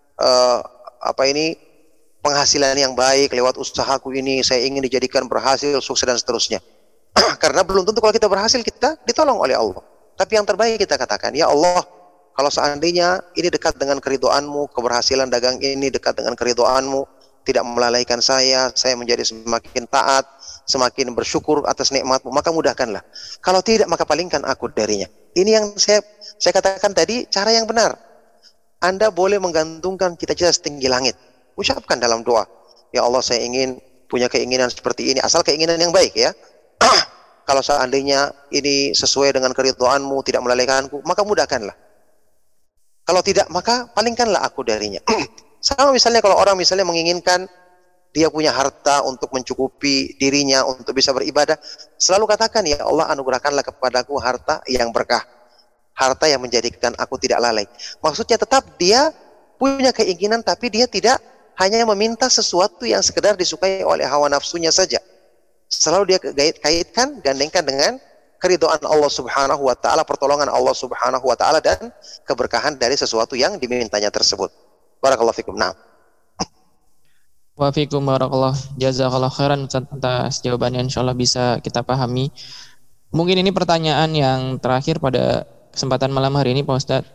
penghasilan yang baik lewat usahaku ini, saya ingin dijadikan berhasil, sukses dan seterusnya. Karena belum tentu kalau kita berhasil kita ditolong oleh Allah. Tapi yang terbaik kita katakan, ya Allah, kalau seandainya ini dekat dengan keridhaan-Mu, keberhasilan dagang ini dekat dengan keridhaan-Mu, tidak melalaikan saya menjadi semakin taat, semakin bersyukur atas nikmat-Mu, maka mudahkanlah. Kalau tidak, maka palingkan aku darinya. Ini yang saya katakan tadi, cara yang benar. Anda boleh menggantungkan cita-cita setinggi langit. Ucapkan dalam doa, ya Allah, saya ingin punya keinginan seperti ini, asal keinginan yang baik ya. Kalau seandainya ini sesuai dengan keridhaan-Mu, tidak melalaikanku, maka mudahkanlah. Kalau tidak, maka palingkanlah aku darinya. Sama misalnya kalau orang misalnya menginginkan dia punya harta untuk mencukupi dirinya untuk bisa beribadah, selalu katakan, ya Allah, anugerahkanlah kepadaku harta yang berkah, harta yang menjadikan aku tidak lalai. Maksudnya tetap dia punya keinginan, tapi dia tidak hanya meminta sesuatu yang sekedar disukai oleh hawa nafsunya saja. Selalu dia gandengkan dengan keridhaan Allah Subhanahu wa taala, pertolongan Allah Subhanahu wa taala dan keberkahan dari sesuatu yang dimintanya tersebut. Barakallahu fikum. Nah. Wa fikum barakallah. Jazakallahu khairan atas jawabannya, insyaallah bisa kita pahami. Mungkin ini pertanyaan yang terakhir pada kesempatan malam hari ini Pak Ustadz.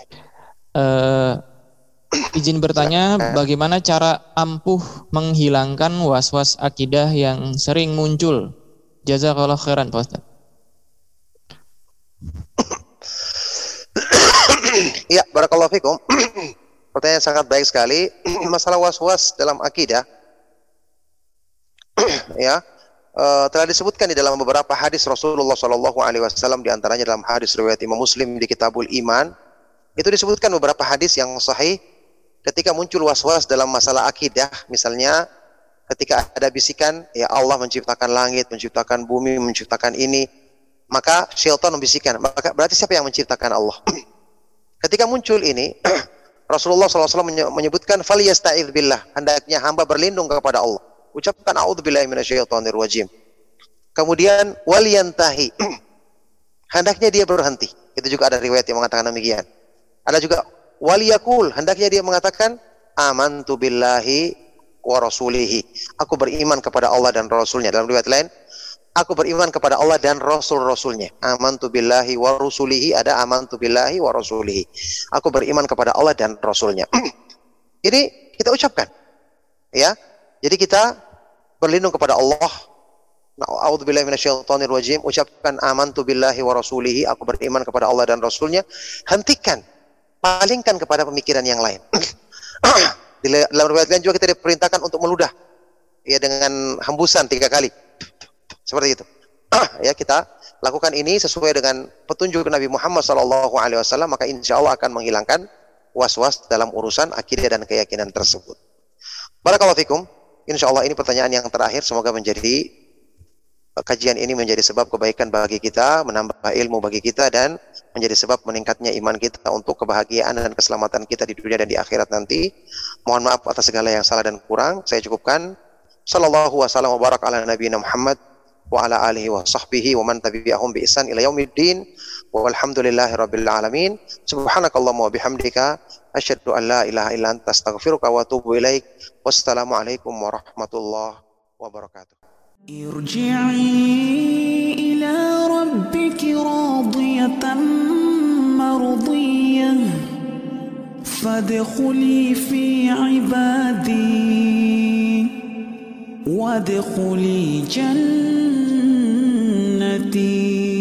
Izin bertanya, bagaimana cara ampuh menghilangkan was-was akidah yang sering muncul? Jazakallahu khairan Pak Ustadz. Ya, barakallahu fikum. Pertanyaan sangat baik sekali. Masalah was-was dalam akidah, ya, telah disebutkan di dalam beberapa hadis Rasulullah SAW, di antaranya dalam hadis riwayat Imam Muslim di Kitabul Iman. Itu disebutkan beberapa hadis yang sahih ketika muncul was-was dalam masalah akidah. Misalnya ketika ada bisikan, ya Allah menciptakan langit, menciptakan bumi, menciptakan ini, maka syaitan membisikkan, maka berarti siapa yang menciptakan Allah? Ketika muncul ini, Rasulullah SAW menyebutkan falyasta'idz billah, hendaknya hamba berlindung kepada Allah. Ucapkan a'udzubillahi minasyaitonir rajim. Kemudian waliyantahi, hendaknya dia berhenti. Itu juga ada riwayat yang mengatakan demikian. Ada juga waliyakul, hendaknya dia mengatakan amantu billahi wa rasulihi. Aku beriman kepada Allah dan Rasulnya. Dalam riwayat lain, aku beriman kepada Allah dan Rasul-Rasulnya. Amantu billahi wa rasulihi, ada amantu billahi wa rasulihi. Aku beriman kepada Allah dan Rasulnya. Ini kita ucapkan. Ya. Jadi kita berlindung kepada Allah. A'udzubillahi minasyaitonir rajim. Ucapkan amantu billahi wa rasulihi. Aku beriman kepada Allah dan Rasulnya. Hentikan. Palingkan kepada pemikiran yang lain. Dalam riwayat lain juga kita diperintahkan untuk meludah. Ya, dengan hembusan 3 kali. Seperti itu. Ya, kita lakukan ini sesuai dengan petunjuk Nabi Muhammad SAW, maka insya Allah akan menghilangkan was-was dalam urusan akidah dan keyakinan tersebut. Barakallahu fikum. Insya Allah ini pertanyaan yang terakhir. Semoga menjadi kajian ini menjadi sebab kebaikan bagi kita, menambah ilmu bagi kita, dan menjadi sebab meningkatnya iman kita untuk kebahagiaan dan keselamatan kita di dunia dan di akhirat nanti. Mohon maaf atas segala yang salah dan kurang. Saya cukupkan. Sallallahu wasallam wa barak ala nabiyina Muhammad wa ala alihi wa sahbihi wa man tabi'ahum bi ihsan ila yaumiddin. Walhamdulillahi rabbil alamin. Subhanakallahumma wa bihamdika asyhadu an la ilaha illa anta astaghfiruka wa atubu ilaik. Wassalamu alaikum warahmatullahi wabarakatuh. ارجعي إلى ربك راضية مرضية فادخلي في عبادي وادخلي جنتي.